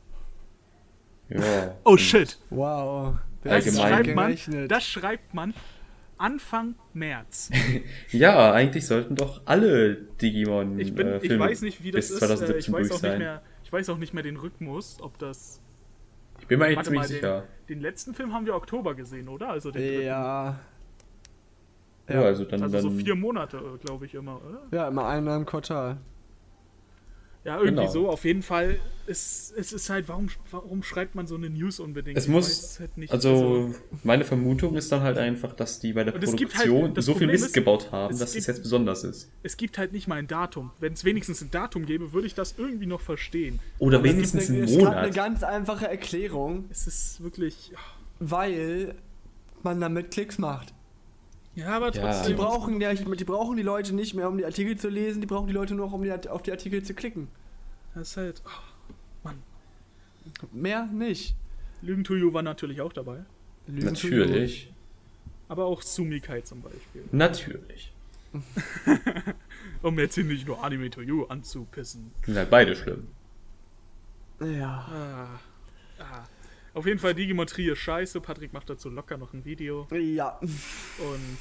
Ja. Oh shit. Wow. Wer Das hat Allgemein. schreibt, damit man, gerechnet? das schreibt man Anfang März. Ja, eigentlich sollten doch alle Digimon Ich, bin, äh, ich Filme weiß nicht, wie das bis ist. Äh, Ich zweitausendsiebzehn weiß, durch auch nicht sein. mehr, ich weiß auch nicht mehr den Rhythmus, ob das... Ich bin mir eigentlich Warte ziemlich mal, sicher. den, den letzten Film haben wir Oktober gesehen, oder? Also den dritten. Ja. Ja, also dann, Also so dann vier Monate, glaube ich, immer, oder? Ja, immer einmal im Quartal. Ja, irgendwie Genau. so. Auf jeden Fall, es, es ist halt, warum, warum schreibt man so eine News unbedingt? Es Ich muss, weiß halt nicht. also meine Vermutung ist dann halt einfach, dass die bei der Und es gibt halt- Produktion das so viel Problem Mist ist, gebaut haben, es dass es gibt- jetzt besonders ist. Es gibt halt nicht mal ein Datum. Wenn es wenigstens ein Datum gäbe, würde ich das irgendwie noch verstehen. Oder Es gibt wenigstens eine, einen es hat eine Monat. ganz einfache Erklärung, Es ist wirklich. weil man damit Klicks macht. Ja, aber Ja. trotzdem. Die brauchen, ja, die brauchen die Leute nicht mehr, um die Artikel zu lesen, die brauchen die Leute nur noch, um die, auf die Artikel zu klicken. Das ist halt. Oh, Mann. Mehr nicht. Lügen to You war natürlich auch dabei. Lügen zu Natürlich. Aber auch Sumikai zum Beispiel. Natürlich. Um jetzt hier nicht nur Anime to You anzupissen. Die sind halt beide schlimm. Lügen. Ja. Ah. Ah. Auf jeden Fall Digimon Tree ist scheiße. Patrick macht dazu locker noch ein Video. Ja. Und.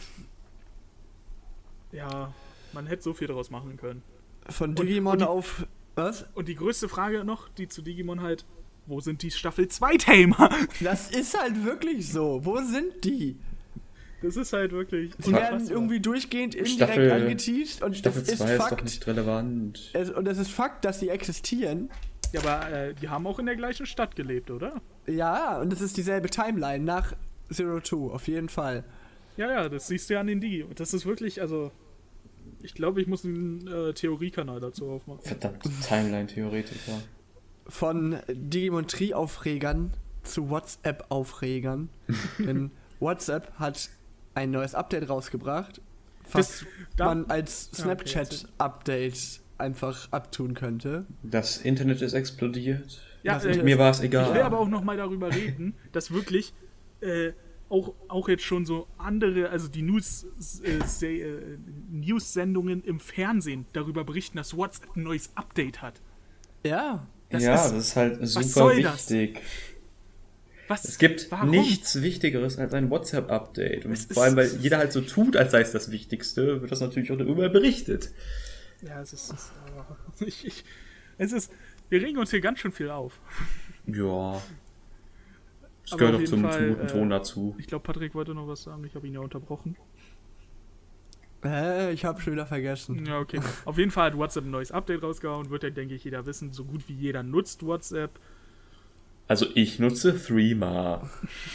Ja, man hätte so viel daraus machen können. Von Und- Digimon und die- auf. Was? Und die größte Frage noch, die zu Digimon halt, wo sind die Staffel zwei Tamer? Das ist halt wirklich so. Wo sind die? Das ist halt wirklich... Die werden irgendwie durchgehend indirekt Staffel- angeteased und Staffel es ist zwei ist doch Fakt. nicht relevant. Es, und es ist Fakt, dass sie existieren. Ja, aber äh, die haben auch in der gleichen Stadt gelebt, oder? Ja, und es ist dieselbe Timeline nach Zero Two, auf jeden Fall. Ja, ja, das siehst du ja an den Digi. Und das ist wirklich, also... Ich glaube, ich muss einen äh, Theoriekanal dazu aufmachen. Verdammt, Timeline-Theoretiker. Von Digimon Tree-Aufregern zu WhatsApp-Aufregern. Denn WhatsApp hat ein neues Update rausgebracht, was Das- da- man als Ja, okay, Snapchat-Update einfach abtun könnte. Das Internet ist explodiert. Ja, Das äh, Internet- Mir war es ich will egal. aber auch noch mal darüber reden, dass wirklich äh, auch, auch jetzt schon so andere, also die News, äh, Se- äh, News-Sendungen im Fernsehen darüber berichten, dass WhatsApp ein neues Update hat. Ja. Das ja, ist, das ist halt super soll das? wichtig. Was? Es gibt Warum? nichts Wichtigeres als ein WhatsApp-Update. Und Es ist- vor allem, weil jeder halt so tut, als sei es das Wichtigste, wird das natürlich auch darüber berichtet. Ja, es ist. Es ist, äh, ich, ich, es ist wir regen uns hier ganz schön viel auf. Ja. Das Aber gehört auf doch jeden zum, Fall, zum guten äh, Ton dazu. Ich glaube, Patrick wollte noch was sagen. Ich habe ihn ja unterbrochen. Hä, ich habe schon wieder vergessen. Ja, okay. Auf jeden Fall hat WhatsApp ein neues Update rausgehauen. Wird ja, denke ich, jeder wissen. So gut wie jeder nutzt WhatsApp. Also ich nutze Threema.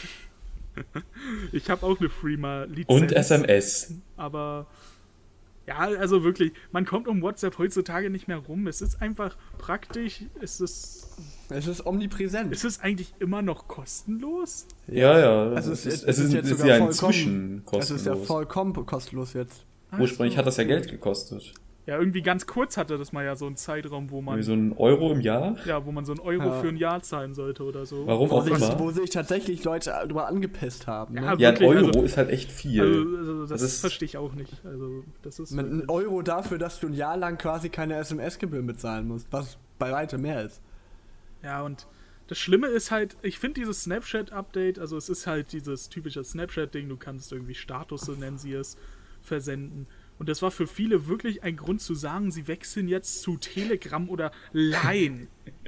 Ich habe auch eine Freema-Lizenz. Und S M S. Aber ja, also wirklich, man kommt um WhatsApp heutzutage nicht mehr rum. Es ist einfach praktisch. Es ist, Es ist omnipräsent. es ist eigentlich immer noch kostenlos. Ja, ja. Also es ist, es ist, jetzt es ist sogar ja vollkommen, inzwischen es ist ja kostenlos. vollkommen kostenlos jetzt. Ach Ursprünglich so, hat das ja okay. Geld gekostet. Ja, irgendwie ganz kurz hatte das mal ja so einen Zeitraum, wo Wie man, so ein Euro im Jahr. ja, wo man so einen Euro Ja. für ein Jahr zahlen sollte oder so. Warum Wo auch sich, immer. wo sich tatsächlich Leute drüber angepisst haben. Ja, Ne? Ja, ein wirklich, Euro also- ist halt echt viel. Also, also das, Das ist- verstehe ich auch nicht. Also, das ist Mit einem Euro dafür, dass du ein Jahr lang quasi keine S M S-Gebühren bezahlen musst, was bei weitem mehr ist. Ja, und das Schlimme ist halt, ich finde dieses Snapchat-Update, also es ist halt dieses typische Snapchat-Ding, du kannst irgendwie Status, so nennen sie es, versenden. Und das war für viele wirklich ein Grund zu sagen, sie wechseln jetzt zu Telegram oder Line.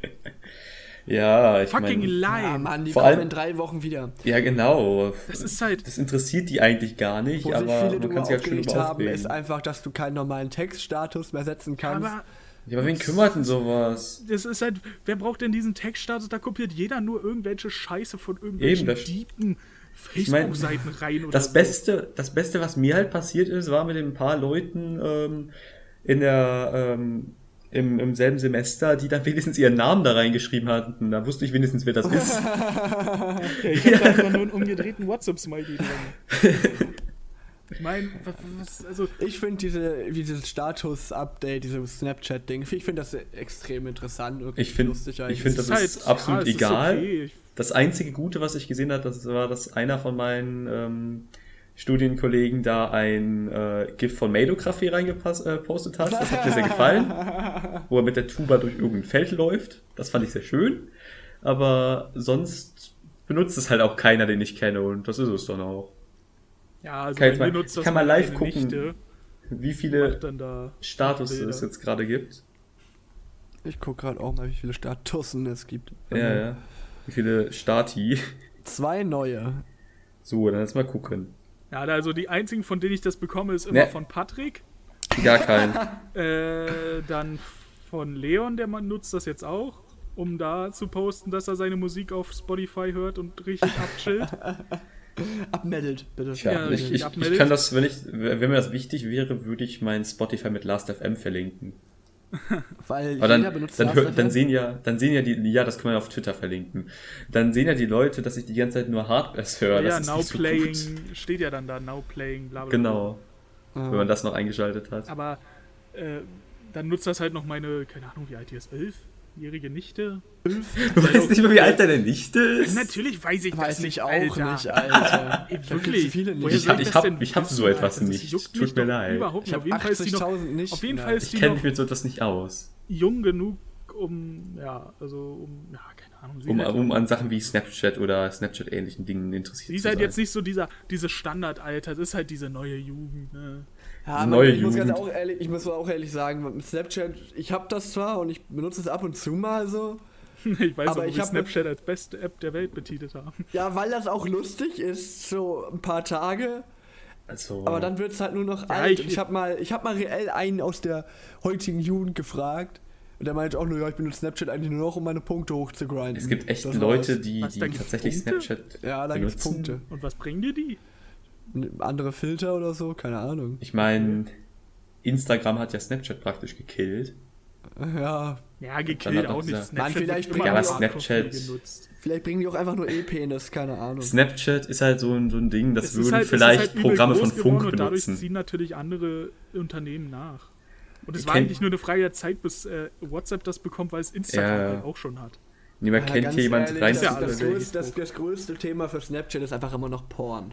Ja, ich Fucking meine. Ja, Line. Mann, die Vor kommen allem- in drei Wochen wieder. Ja, genau. Das ist halt, Das interessiert die eigentlich gar nicht, Wo sich aber viele man drüber kann sich halt schön aufgeregt drüber haben, ist aufregen. einfach, dass du keinen normalen Textstatus mehr setzen kannst. aber Ja, aber wen kümmert denn sowas? das ist halt, wer braucht denn diesen Textstatus? Da kopiert jeder nur irgendwelche Scheiße von irgendwelchen Eben, das- dieben Ich mein, Facebook-Seiten rein oder Das so. Beste, das Beste, was mir halt passiert ist, war mit ein paar Leuten ähm, in der ähm, im, im selben Semester, die dann wenigstens ihren Namen da reingeschrieben hatten. Da wusste ich wenigstens, wer das ist. Ja, ich hab da einfach nur einen umgedrehten WhatsApp-Smiley drin. Ich meine, was, was, also, Ich finde diese, dieses Status-Update, dieses Snapchat-Ding, ich finde das extrem interessant und Ich finde, lustig ich eigentlich. finde, das es ist absolut ja, es egal. Ist okay. Ich, Das einzige Gute, was ich gesehen habe, das war, dass einer von meinen ähm, Studienkollegen da ein äh, GIF von Mado-Kaffee reingepostet hat. Das hat mir sehr gefallen. Wo er mit der Tuba durch irgendein Feld läuft. Das fand ich sehr schön. Aber sonst benutzt es halt auch keiner, den ich kenne. Und das ist es dann auch. ja, also Kann jetzt bei mir mal- nutzt ich das kann mal meine live gucken, Nichte, Wie macht viele dann da Status Bilder. es jetzt gerade gibt. Ich gucke gerade auch mal, wie viele Statussen es gibt. Ja, ja. Wie viele Stati. Zwei neue. So, dann jetzt mal gucken. Ja, also die einzigen, von denen ich das bekomme, ist immer Ne. von Patrick. Gar keinen. Äh, dann von Leon, der man nutzt das jetzt auch, um da zu posten, dass er seine Musik auf Spotify hört und richtig abchillt. Abmeldet, bitte. Tja, Ja, ich, ich, ich abmeldet. kann das, wenn ich, wenn mir das wichtig wäre, würde ich mein Spotify mit Last F M verlinken. Weil Aber jeder dann, benutzt dann, Last hör, F M. dann sehen ja, dann sehen ja die, ja, das kann man auf Twitter verlinken. Dann sehen ja die Leute, dass ich die ganze Zeit nur Hardbass höre. ja, das ist Now nicht so Playing gut. steht ja dann da, Now Playing, bla bla. Genau, Ja. wenn man das noch eingeschaltet hat. bla. Aber äh, dann nutzt das halt noch meine, keine Ahnung, wie alt die ist, elfjährige Nichte. Du weißt nicht mal, wie alt deine Nichte ist? Natürlich weiß ich Weiß das nicht, ich auch Alter. nicht, Alter. Ey, Da gibt's wirklich. viele Woher nicht. soll Ich- ich das hab- denn ich hab wissen, so etwas Alter? Das nicht. juckt Tut mich mir doch leid. Überhaupt Ich nicht. hab Auf jeden Fall ist die noch, achtzigtausend nicht. auf jeden Nein. Fall ist Ich die kenne noch mich mit so etwas nicht aus. jung genug, um, ja, also um, ja, keine Ahnung. Sie Um, ist halt, um an Sachen wie Snapchat oder Snapchat-ähnlichen Dingen interessiert sie ist zu halt sein. jetzt nicht so dieser, diese Standardalter, das ist halt diese neue Jugend, ne? Ja, Diese Mann, neue ich muss ganz Jugend. auch ehrlich, ich muss auch ehrlich sagen, mit Snapchat, ich hab das zwar und ich benutze es ab und zu mal so. Ich weiß Aber aber, ich wie hab- Snapchat als beste App der Welt betitelt haben. Ja, weil das auch lustig ist, so ein paar Tage. Also, Aber dann wird's halt nur noch Ja, alt. ich- Ich, ich habe mal, ich hab mal reell einen aus der heutigen Jugend gefragt. Und der meinte auch nur, ja, ich benutze Snapchat eigentlich nur noch, um meine Punkte hochzugrinden. es gibt echt Das Leute, war's. die, Was, die da gibt's tatsächlich Punkte? Snapchat Ja, da gibt's benutzen. Punkte. Und was bringen dir die? Andere Filter oder so, keine Ahnung. Ich meine, Instagram hat ja Snapchat praktisch gekillt. Ja, Ja, Dann gekillt hat er auch nicht. gesagt- Snapchat Mann, vielleicht wird bringt immer aber noch Snapchat- viel genutzt. vielleicht bringen die auch einfach nur E-Penis, keine Ahnung. Snapchat ist halt so ein, so ein Ding, das Es ist würden halt- es ist vielleicht halt übel Programme von groß geworden Funk und dadurch benutzen. ziehen natürlich andere Unternehmen nach. Und es Ich war kenn- eigentlich nur eine Frage der Zeit, bis äh, WhatsApp das bekommt, weil es Instagram Ja. halt auch schon hat. Niemand Ja, kennt ganz hier jemand ehrlich, rein. das, Ja, das, alles größte, das, Facebook. das größte Thema für Snapchat ist einfach immer noch Porn.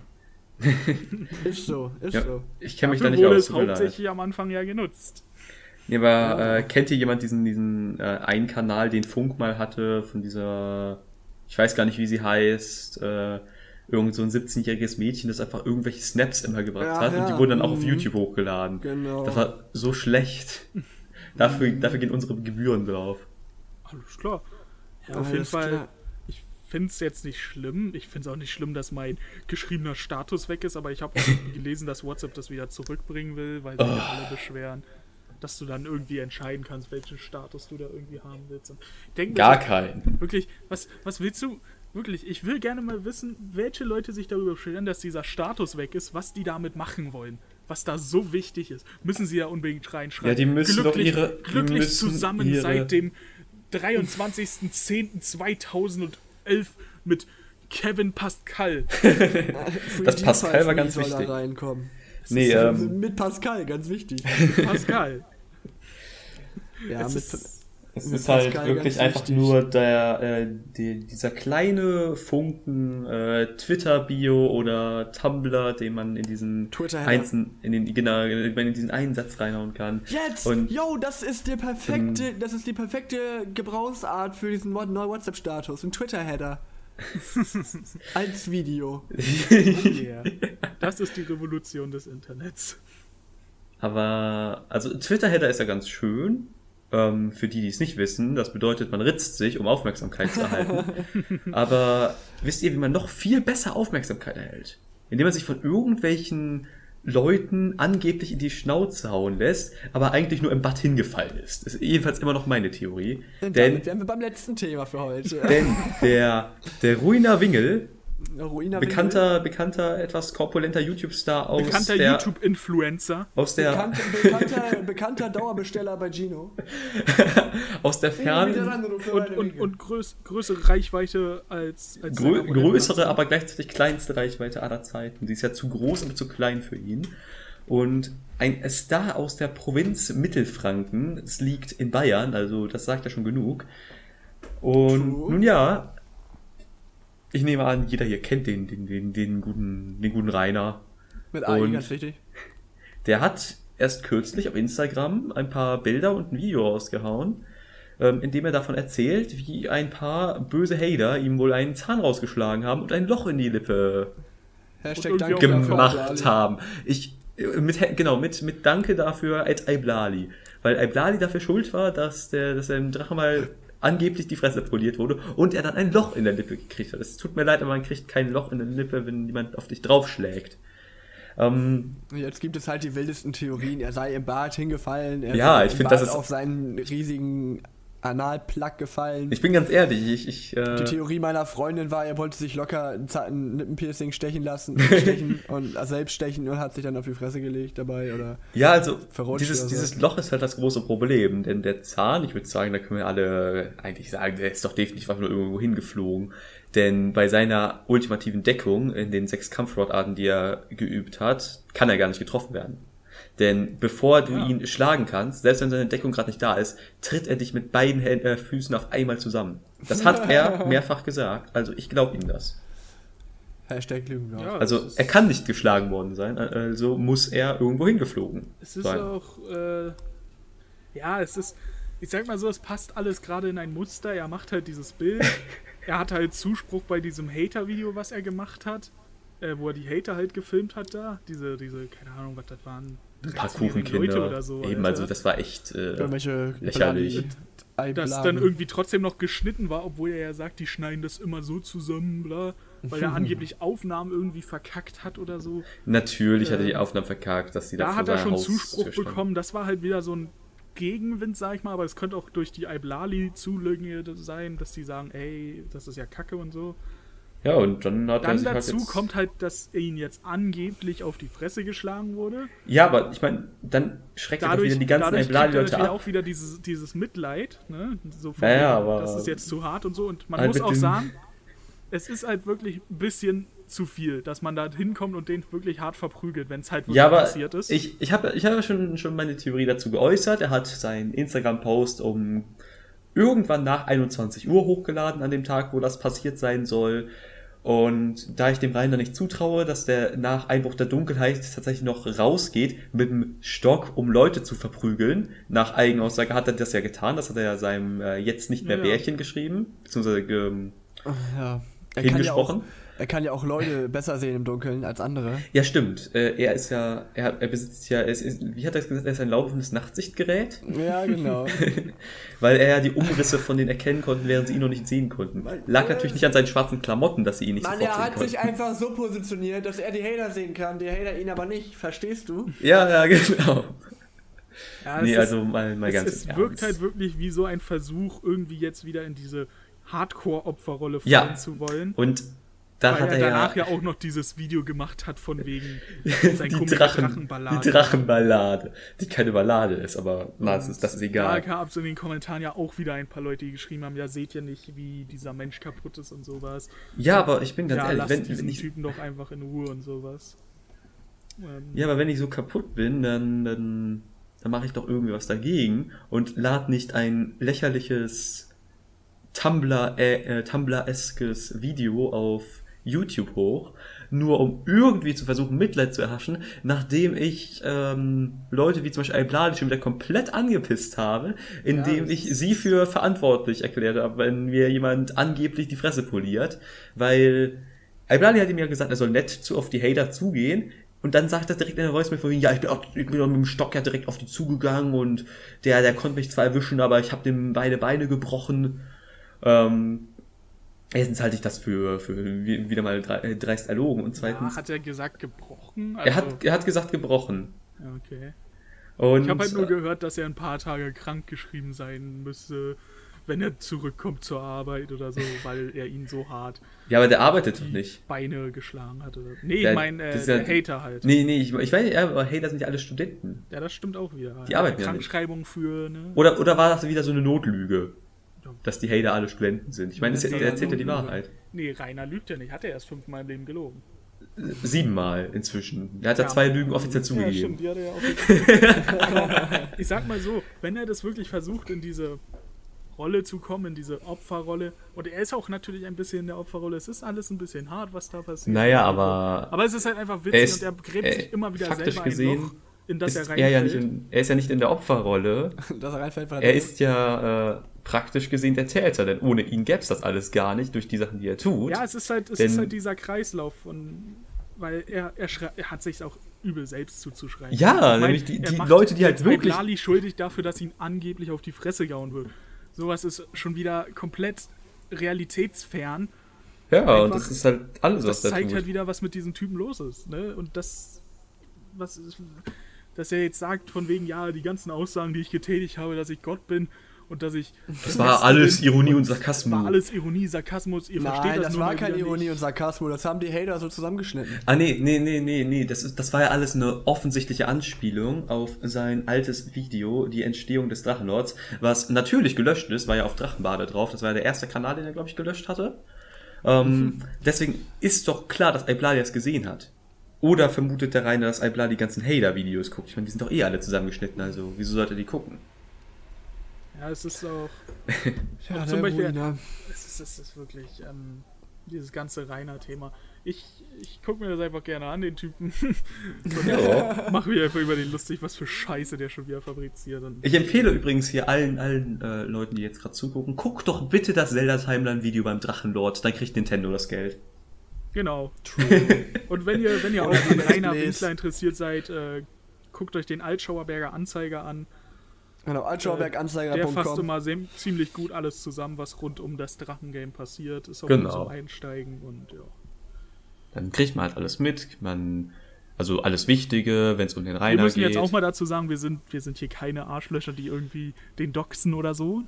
Ist so, ist Ja, so. ich kenne mich da Dafür nicht wurde aus. es tut mir leid. hauptsächlich am Anfang ja genutzt. Nee, aber äh, kennt ihr jemand diesen, diesen äh, einen Kanal, den Funk mal hatte, von dieser, ich weiß gar nicht, wie sie heißt, äh, irgend so ein siebzehnjähriges Mädchen, das einfach irgendwelche Snaps immer gebracht Ja, hat ja, und die wurden dann auch auf mhm. YouTube hochgeladen. Genau. Das war so schlecht. dafür, dafür gehen unsere Gebühren drauf. Alles klar. Ja, Alles auf jeden Fall. klar. Ich finde es jetzt nicht schlimm. Ich finde es auch nicht schlimm, dass mein geschriebener Status weg ist, aber ich habe auch gelesen, dass WhatsApp das wieder zurückbringen will, weil sich ja alle beschweren, dass du dann irgendwie entscheiden kannst, welchen Status du da irgendwie haben willst. Und ich denk mir Gar so, keinen. Wirklich, was, was willst du? Wirklich, ich will gerne mal wissen, welche Leute sich darüber beschweren, dass dieser Status weg ist, was die damit machen wollen. Was da so wichtig ist. Müssen sie ja unbedingt reinschreiben. Ja, die müssen doch glücklich, ihre- die Glücklich müssen zusammen ihre- seit dem dreiundzwanzigsten zehnten zweitausendelf mit Kevin Pascal. Das Pascal war ganz soll wichtig. Da reinkommen. Nee, Ist, äh, ähm, mit Pascal, ganz wichtig. Pascal. Ja, Es mit, ist- Es Mit ist halt Pascal wirklich ganz einfach wichtig. nur der, äh, die, dieser kleine Funken äh, Twitter-Bio oder Tumblr, den man in diesen Twitter-Header. einzelnen, in den, genau, wenn man in diesen einen Satz reinhauen kann. Jetzt! Und Yo, das ist die perfekte, das ist die perfekte Gebrauchsart für diesen neuen WhatsApp-Status. Ein Twitter-Header. Als Video. Yeah. Das ist die Revolution des Internets. aber, also Twitter-Header ist ja ganz schön. Ähm, für die, die es nicht wissen, das bedeutet, man ritzt sich, um Aufmerksamkeit zu erhalten. Aber wisst ihr, wie man noch viel besser Aufmerksamkeit erhält? Indem man sich von irgendwelchen Leuten angeblich in die Schnauze hauen lässt, aber eigentlich nur im Bad hingefallen ist. Das ist jedenfalls immer noch meine Theorie. Und Denn, damit wären wir beim letzten Thema für heute. denn der, der Ruiner Wingel, Ruina bekannter, bekannter, etwas korpulenter YouTube-Star aus Bekannter der, YouTube-Influencer. aus der, Bekannt, bekannter, bekannter Dauerbesteller bei Gino. aus der fernen, Und, und, und größ, größere Reichweite als, als Grö sein Abonnenten. größere, aber gleichzeitig kleinste Reichweite aller Zeiten. Die ist ja zu groß und zu klein für ihn. Und ein Star aus der Provinz Mittelfranken, es liegt in Bayern, also das sagt ja schon genug. Und True. nun ja, ich nehme an, jeder hier kennt den, den, den, den guten, den guten Rainer. Mit A I, Und- ganz wichtig. Der hat erst kürzlich auf Instagram ein paar Bilder und ein Video rausgehauen, ähm, in dem er davon erzählt, wie ein paar böse Hater ihm wohl einen Zahn rausgeschlagen haben und ein Loch in die Lippe Hashtag Und irgendwie Danke auch dafür, gemacht Blali. haben. Ich, äh, mit, genau, mit, mit Danke dafür als Iblali. Weil Iblali dafür schuld war, dass der, dass er im Drache mal angeblich die Fresse poliert wurde und er dann ein Loch in der Lippe gekriegt hat. Es tut mir leid, aber man kriegt kein Loch in der Lippe, wenn jemand auf dich draufschlägt. Ähm, Jetzt gibt es halt die wildesten Theorien. Er sei im Bad hingefallen. Er Ja, sei ich im find, Bad das ist- auf seinen riesigen Analplug gefallen. ich bin ganz ehrlich, ich, ich äh, Die Theorie meiner Freundin war, er wollte sich locker ein Za- ein Lippenpiercing stechen lassen, stechen und äh, selbst stechen und hat sich dann auf die Fresse gelegt dabei oder Ja, also verrutscht dieses, oder so. dieses Loch ist halt das große Problem, denn der Zahn, ich würde sagen, da können wir alle eigentlich sagen, der ist doch definitiv einfach nur irgendwo hingeflogen, denn bei seiner ultimativen Deckung in den sechs Kampfsportarten, die er geübt hat, kann er gar nicht getroffen werden. Denn bevor du Ja. ihn schlagen kannst, selbst wenn seine Deckung gerade nicht da ist, tritt er dich mit beiden Hä- äh, Füßen auf einmal zusammen. Das hat er mehrfach gesagt, also ich glaube ihm das. Hashtag Lügen. Ja, Also es ist, er kann nicht geschlagen worden sein, also muss er irgendwo hingeflogen es ist sein. auch, äh, ja, es ist, ich sag mal so, es passt alles gerade in ein Muster. Er macht halt dieses Bild. Er hat halt Zuspruch bei diesem Hater-Video, was er gemacht hat, äh, wo er die Hater halt gefilmt hat da. Diese, diese, keine Ahnung, was das waren. Ein paar dreizehnjährige Kuchenkinder. Leute oder so, Eben, Alter. also das war echt äh, Irgendwelche lächerlich. Blali- Das Eibladen. dann irgendwie trotzdem noch geschnitten war, obwohl er ja sagt, die schneiden das immer so zusammen, bla, weil er angeblich Aufnahmen irgendwie verkackt hat oder so. Natürlich hat er die Äh, Aufnahmen verkackt, dass die da Da vor hat er seiner schon Haustür Zuspruch standen. bekommen. Das war halt wieder so ein Gegenwind, sag ich mal, aber es könnte auch durch die Iblali-Zulöge sein, dass die sagen, ey, das ist ja Kacke und so. Ja, und dann hat er Dann sich halt dazu jetzt... kommt halt, dass ihn jetzt angeblich auf die Fresse geschlagen wurde. Ja, aber ich meine, dann schreckt er doch Dadurch, wieder die ganzen dadurch kriegt er Iblali-Leute natürlich ab. auch wieder dieses, dieses Mitleid, ne? So von Ja, ja, wegen, aber- das ist jetzt zu hart und so. Und man Halt muss mit auch dem- sagen, es ist halt wirklich ein bisschen zu viel, dass man da hinkommt und den wirklich hart verprügelt, wenn es halt wirklich Ja, aber passiert ist. ich, ich habe ich hab ja schon, schon meine Theorie dazu geäußert. Er hat seinen Instagram-Post um irgendwann nach einundzwanzig Uhr hochgeladen an dem Tag, wo das passiert sein soll. Und da ich dem Rainer nicht zutraue, dass der nach Einbruch der Dunkelheit tatsächlich noch rausgeht mit dem Stock, um Leute zu verprügeln, nach Eigenaussage hat er das ja getan, das hat er ja seinem äh, jetzt nicht mehr Ja, ja. Bärchen geschrieben, beziehungsweise ähm, Ja. Er kann ja, auch, hingesprochen. er kann ja auch Leute besser sehen im Dunkeln als andere. Ja, stimmt. Äh, er ist ja, er, er besitzt ja, er ist, wie hat er es gesagt, er ist ein laufendes Nachtsichtgerät, Ja, genau. weil er ja die Umrisse von denen erkennen konnten, während sie ihn noch nicht sehen konnten. Lag natürlich nicht an seinen schwarzen Klamotten, dass sie ihn nicht Mann, sofort er sehen hat konnten. sich einfach so positioniert, dass er die Hater sehen kann, die Hater ihn aber nicht. Verstehst du? Ja, ja, genau. Ja, es Nee, ist- also mal, mal es, ganz es im wirkt Ernst. halt wirklich wie so ein Versuch, irgendwie jetzt wieder in diese Hardcore-Opferrolle fallen Ja. zu wollen. Und da Weil hat er er danach ja, ja auch noch dieses Video gemacht hat von wegen die, sein komische Drachen, Drachenballade. die Drachenballade, die keine Ballade ist, aber na, das ist, das ist Da egal. gab es in den Kommentaren ja auch wieder ein paar Leute, die geschrieben haben, ja, seht ihr nicht, wie dieser Mensch kaputt ist und sowas. Ja, aber ich bin ganz Ja, ehrlich, lasst wenn, diesen wenn ich, Typen doch einfach in Ruhe und sowas. Ähm, ja, aber wenn ich so kaputt bin, dann, dann, dann mache ich doch irgendwie was dagegen und lade nicht ein lächerliches Tumblr, äh, äh, Tumblr-eskes Video auf YouTube hoch, nur um irgendwie zu versuchen, Mitleid zu erhaschen, nachdem ich ähm, Leute wie zum Beispiel Iblali schon wieder komplett angepisst habe, indem das ich ist- sie für verantwortlich erklärt habe, wenn mir jemand angeblich die Fresse poliert, weil Iblali hat ihm ja gesagt, er soll nett zu auf die Hater zugehen. Und dann sagt er direkt in der Voice von ja, ich bin, auch, ich bin auch mit dem Stock ja direkt auf die zugegangen und der, der konnte mich zwar erwischen, aber ich habe dem beide Beine gebrochen. Ähm, erstens halte ich das für, für wie- wieder mal dre- dreist erlogen und zweitens, ja, hat er gesagt, gebrochen? er hat, er hat gesagt gebrochen. Ja, okay. Und Ich habe halt nur äh, gehört, dass er ein paar Tage krank geschrieben sein müsste, wenn er zurückkommt zur Arbeit oder so, weil er ihn so hart ja, aber der arbeitet doch die nicht. Beine geschlagen hat. Oder nee, Ja, ich meine, äh, das ist ja- der Hater halt. Nee, nee, ich, ich weiß nicht, aber hey, das sind nicht alle Studenten. Ja, das stimmt auch wieder. Die arbeiten ja Krankschreibung für, ne? Oder, oder war das wieder so eine Notlüge? Dass die Hater alle Studenten sind. Ich meine, Das das ist er doch erzählt ja die eine Notlüge. Wahrheit. Nee, Rainer lügt ja nicht. Hat er erst fünfmal im Leben gelogen. Siebenmal inzwischen. Er hat ja, Ja. zwei Lügen offiziell Ja, zugegeben. stimmt, die hat er ja auch. Aber ich sag mal so, wenn er das wirklich versucht, in diese Rolle zu kommen, in diese Opferrolle, und er ist auch natürlich ein bisschen in der Opferrolle, es ist alles ein bisschen hart, was da passiert. Naja, aber Aber es ist halt einfach witzig Er ist- und er gräbt äh, sich immer wieder faktisch selber ein gesehen Loch, in das ist er er, ja nicht reinfällt. in, er ist ja nicht in der Opferrolle. Dass er reinfällt, weil Er ist ja äh, praktisch gesehen der Täter, denn ohne ihn gäbe es das alles gar nicht durch die Sachen, die er tut. Ja, es ist halt, es Denn- ist halt dieser Kreislauf von, weil er, er, schrei- er hat sich auch übel selbst zuzuschreiben. Ja, Ich mein, nämlich die- er die macht Leute, die halt jetzt wirklich- Lali schuldig dafür, dass ihm angeblich auf die Fresse gehauen wird. Sowas ist schon wieder komplett realitätsfern. ja und einfach- das ist halt alles, Das was er zeigt tut. halt wieder, was mit diesem Typen los ist. Ne? Und das, was ist, dass er jetzt sagt, von wegen, ja, die ganzen Aussagen, die ich getätigt habe, dass ich Gott bin und dass ich. Das war alles Ironie und Sarkasmus. war alles Ironie, Sarkasmus, ihr versteht Nein, das, das nur war mal keine wieder Ironie nicht. und Sarkasmus, das haben die Hater so zusammengeschnitten. Ah, nee, nee, nee, nee, nee. Das, ist, das war ja alles eine offensichtliche Anspielung auf sein altes Video, die Entstehung des Drachenlords, was natürlich gelöscht ist, war ja auf Drachenbade drauf. Das war ja der erste Kanal, den er, glaube ich, gelöscht hatte. Ähm, deswegen ist doch klar, dass Iblali das gesehen hat. Oder vermutet der Rainer, dass Iblali die ganzen Hater-Videos guckt? Ich meine, die sind doch eh alle zusammengeschnitten, also wieso sollte er die gucken? Ja, es ist auch. Ja, zum der Beispiel- Ruiner. Es ist, es ist wirklich ähm, dieses ganze Rainer-Thema. Ich, ich gucke mir das einfach gerne an, den Typen. Ja. Mach mir einfach über den lustig, was für Scheiße der schon wieder fabriziert. Und Ich empfehle übrigens hier allen, allen äh, Leuten, die jetzt gerade zugucken, guckt doch bitte das Zelda-Timeline-Video beim Drachenlord, dann kriegt Nintendo das Geld. genau. Und wenn ihr, wenn ihr auch an Rainer Winkler interessiert seid, äh, guckt euch den Altschauerberger Anzeiger an. Genau, altschauerberganzeiger Der punkt fasst com. immer sem- ziemlich gut alles zusammen, was rund um das Drachengame passiert. Ist auch Genau. gut zum Einsteigen und ja. Dann kriegt man halt alles mit, man, also alles Wichtige, wenn es um den Wir Rainer müssen geht. jetzt auch mal dazu sagen, wir sind, wir sind hier keine Arschlöcher, die irgendwie den doxen oder so.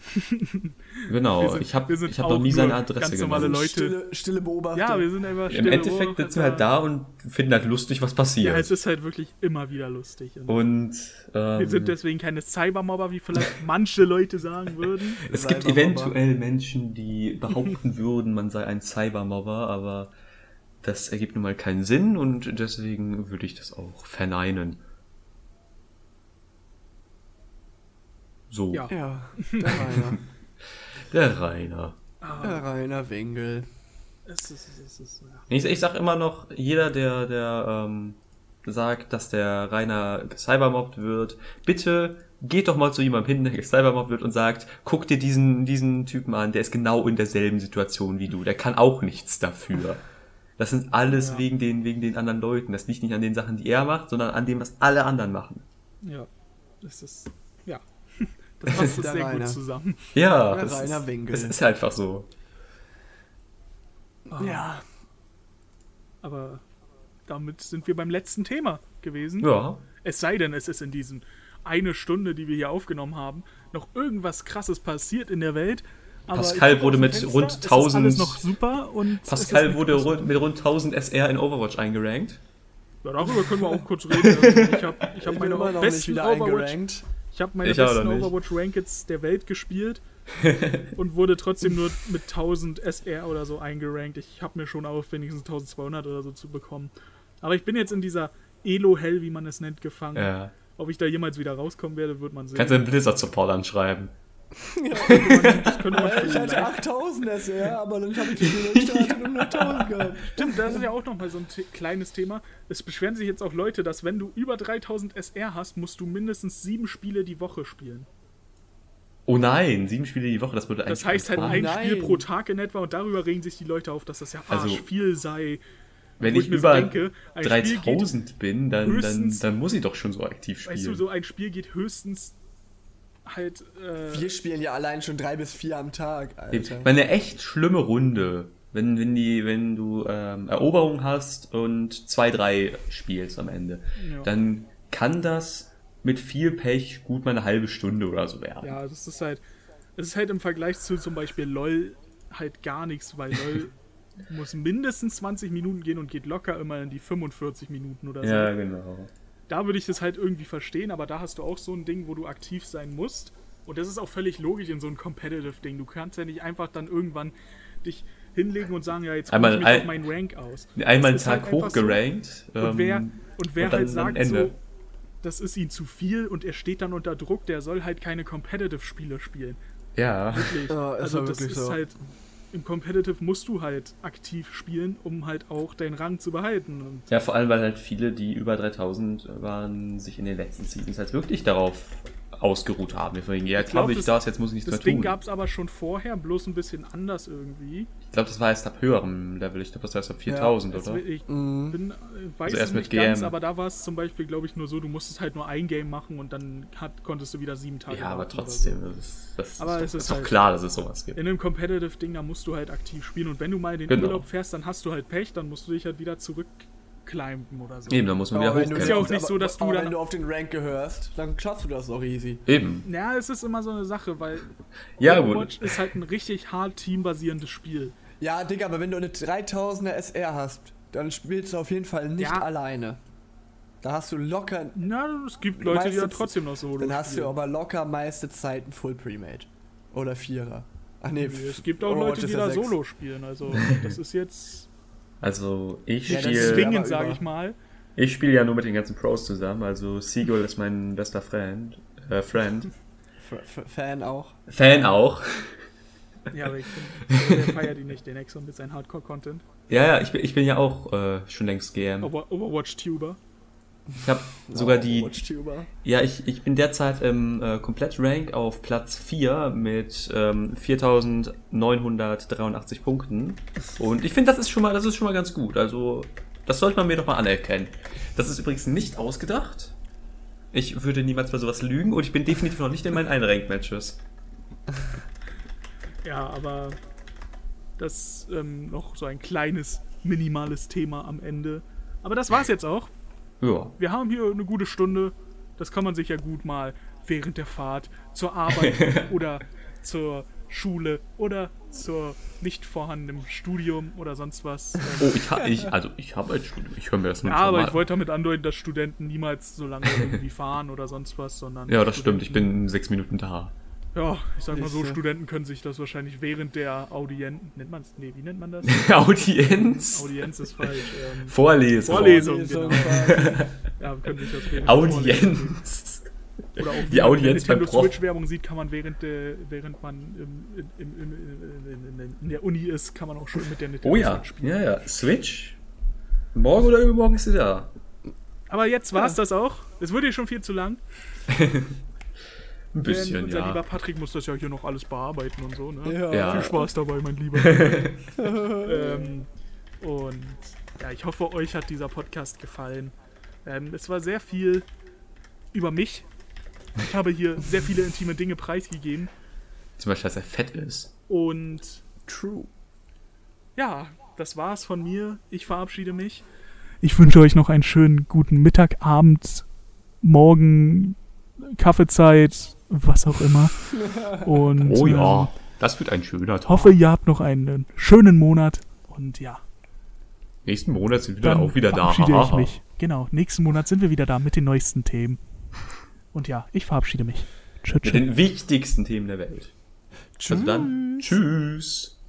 Genau, Wir sind- ich habe wir sind ich hab auch noch nie nur seine Adresse ganz normale genannt. Leute. Stille, stille Beobachter. Ja, wir sind einfach Im stille Endeffekt sitzen wir halt da und finden halt lustig, was passiert. Ja, es ist halt wirklich immer wieder lustig. Und und ähm, wir sind deswegen keine Cybermobber, wie vielleicht manche Leute sagen würden. es gibt Cybermobber. eventuell Menschen, die behaupten würden, man sei ein Cybermobber, aber das ergibt nun mal keinen Sinn und deswegen würde ich das auch verneinen. So. Ja. Ja, der Rainer. Der Rainer. Der Rainer Winkel. Es ist, es ist, ja. Ich, ich sag immer noch, jeder, der, der ähm, sagt, dass der Rainer gecybermobbt wird, bitte geht doch mal zu jemandem hin, der gecybermobbt wird und sagt, guck dir diesen, diesen Typen an, der ist genau in derselben Situation wie du, der kann auch nichts dafür. Das sind alles Ja. wegen den, wegen den anderen Leuten. Das liegt nicht an den Sachen, die er macht, sondern an dem, was alle anderen machen. Ja, das ist, ja, das passt Der sehr Rainer. gut zusammen. Ja, Der das Rainer ist, Winkel. das ist einfach so. Ah, Ja. Aber damit sind wir beim letzten Thema gewesen. Ja. Es sei denn, es ist in diesen eine Stunde, die wir hier aufgenommen haben, noch irgendwas Krasses passiert in der Welt. Aber Pascal ich guck wurde aus dem mit Fenster, rund es ist tausend alles noch super und es Pascal ist wurde nicht rund, mit rund tausend S R in Overwatch eingerankt. Ja, darüber können wir auch kurz reden. Also ich habe ich hab Ich bin meine immer noch nicht besten wieder Overwatch, eingerankt. ich habe meine Ich auch besten noch nicht. Overwatch Rankeds der Welt gespielt und wurde trotzdem nur mit tausend S R oder so eingerankt. Ich habe mir schon auf wenigstens eintausendzweihundert oder so zu bekommen. Aber ich bin jetzt in dieser Elo-Hell, wie man es nennt, gefangen. Ja. Ob ich da jemals wieder rauskommen werde, wird man sehen. Kannst du einen Blizzard-Support anschreiben. Das könnte man Ja, ich vielleicht. hatte achttausend S R, aber dann habe ich die Spiele gestartet und nur tausend gehabt. Stimmt, das ist ja auch nochmal so ein te- kleines Thema. Es beschweren sich jetzt auch Leute, dass wenn du über dreitausend S R hast, musst du mindestens sieben Spiele die Woche spielen. Oh nein, sieben Spiele die Woche, das würde eigentlich... Das heißt halt Oh ein nein. Spiel pro Tag in etwa und darüber regen sich die Leute auf, dass das ja Also, arsch viel sei. Wenn wo ich ich mir so über denke, ein Spiel geht dreitausend bin, dann, dann, höchstens- dann muss ich doch schon so aktiv spielen. Weißt du, so ein Spiel geht höchstens halt. Äh, Wir spielen ja allein schon drei bis vier am Tag, Alter. Meine echt schlimme Runde, wenn, wenn, die, wenn du ähm, Eroberung hast und zwei drei spielst am Ende, Ja. dann kann das mit viel Pech gut mal eine halbe Stunde oder so werden. Ja, das ist halt. Es ist halt im Vergleich zu zum Beispiel LOL halt gar nichts, weil LOL muss mindestens zwanzig Minuten gehen und geht locker immer in die fünfundvierzig Minuten oder so. Ja, genau. Da würde ich das halt irgendwie verstehen, aber da hast du auch so ein Ding, wo du aktiv sein musst. Und das ist auch völlig logisch in so einem Competitive-Ding. Du kannst ja nicht einfach dann irgendwann dich hinlegen und sagen, ja, jetzt Einmal ruhe ich mich ein- auf meinen Rank aus. Einmal einen Das ist Tag halt einfach so. hochgerankt. Und wer, ähm, und wer und dann halt am sagt Ende. so, das ist ihm zu viel und er steht dann unter Druck, der soll halt keine Competitive-Spiele spielen. Ja, Wirklich. Ja, ist also ja das wirklich ist so. halt, im Competitive musst du halt aktiv spielen, um halt auch deinen Rang zu behalten. Und ja, vor allem, weil halt viele, die über dreitausend waren, sich in den letzten Seasons halt wirklich darauf ausgeruht haben. Wir vorhin, ja, jetzt glaub, habe ich das- das, jetzt muss ich nichts das mehr Ding tun. gab es aber schon vorher, bloß ein bisschen anders irgendwie. Ich glaube, das war erst ab höherem Level. Ich glaube, das war erst ab viertausend, Es oder? will- Ich Mhm. bin, äh, weiß Also es erst nicht mit ganz, G M. aber da war es zum Beispiel, glaube ich, nur so, du musstest halt nur ein Game machen und dann hat, konntest du wieder sieben Tage Ja, aber warten oder trotzdem, das ist, das Aber ist, es doch, ist ist doch halt- klar, dass es sowas gibt. In einem Competitive-Ding, da musst du halt aktiv spielen und wenn du mal in den Genau. Urlaub fährst, dann hast du halt Pech, dann musst du dich halt wieder zurückclimben oder so. Eben, da muss man Aber wieder wenn du Ist ja hochgehen. auch nicht so, dass du aber dann- wenn du auf den Rank gehörst, dann schaffst du das doch easy. Eben. Ja, es ist immer so eine Sache, weil Ja, Overwatch gut. ist halt ein richtig hart teambasierendes Spiel. Ja, Digga, aber wenn du eine dreitausender S R hast, dann spielst du auf jeden Fall nicht Ja. alleine. Da hast du locker, Na, es gibt Leute, die dann Meistens- trotzdem noch so dann hast du spielen. aber locker meiste Zeit ein Full Premade. Oder Vierer. Ach nee, Nee, es gibt auch Overwatch Leute, ist die ja da sechs. Solo spielen. Also, das ist jetzt Also, ich Ja, das spiele ist zwingend, aber sage über- ich mal. ich spiele ja nur mit den ganzen Pros zusammen. Also, Seagull ist mein bester Friend. Äh, Friend. F F Fan auch. Fan auch. Ja, aber ich bin, der feiert ihn nicht, den Exxon mit seinem Hardcore-Content. Ja, ja, ich bin, ich bin ja auch äh, schon längst G M. Over Overwatch-Tuber. Ich habe sogar die. Overwatch-Tuber. Ja, ich, ich bin derzeit im äh, Komplett-Rank auf Platz vier mit ähm, viertausendneunhundertdreiundachtzig Punkten. Und ich finde, das ist schon mal, das ist schon mal ganz gut. Also, das sollte man mir doch mal anerkennen. Das ist übrigens nicht ausgedacht. Ich würde niemals bei sowas lügen und ich bin definitiv noch nicht in meinen Einrank-Matches. Ja, aber das ähm, noch so ein kleines, minimales Thema am Ende. Aber das war's jetzt auch. Ja. Wir haben hier eine gute Stunde. Das kann man sich ja gut mal während der Fahrt zur Arbeit oder zur Schule oder zur nicht vorhandenen Studium oder sonst was. Ähm, Oh, ich habe ich, also ich habe ein Studium. Ich höre mir das nur ja, aber mal- ich wollte damit andeuten, dass Studenten niemals so lange irgendwie fahren oder sonst was, sondern. Ja, das stimmt. Ich Studenten- bin in sechs Minuten da. Ja, ich sag mal so, Ist, äh, Studenten können sich das wahrscheinlich während der Audienz. Nennt man's? Nee, wie nennt man das? Audienz? Audienz ist falsch. Ähm, Vorlesung. Vorlesung. Vorlesung genau. quasi. ja, können sich das während der Vorlesung Audienz. Oder auch Die Audienz wenn man beim Prof. Switch-Werbung sieht, kann man während, äh, während man im, im, im, im, im, in der Uni ist, kann man auch schon mit der Nintendo Oh ja, Switch spielen. ja, ja. Switch? Morgen oder übermorgen ist sie da. Aber jetzt war's Ja. das auch. Es wurde hier schon viel zu lang. Ein bisschen, Denn unser ja. lieber Patrick muss das ja hier noch alles bearbeiten und so, ne? Ja. Ja. Viel Spaß dabei, mein Lieber. ähm, und ja, ich hoffe, euch hat dieser Podcast gefallen. Ähm, es war sehr viel über mich. Ich habe hier sehr viele intime Dinge preisgegeben. Zum Beispiel, dass er fett ist. Und True. ja, das war's von mir. Ich verabschiede mich. Ich wünsche euch noch einen schönen guten Mittag, Abend, Morgen, Kaffeezeit, was auch immer. Und Oh ja, ähm, das wird ein schöner Tag. hoffe, ihr habt noch einen schönen Monat. Und ja, Nächsten Monat sind wir dann auch wieder da. verabschiede ich Haha. mich. Genau, nächsten Monat sind wir wieder da mit den neuesten Themen. Und ja, ich verabschiede mich. Tschüss. Mit den wichtigsten Themen der Welt. Tschüss. Also dann, tschüss.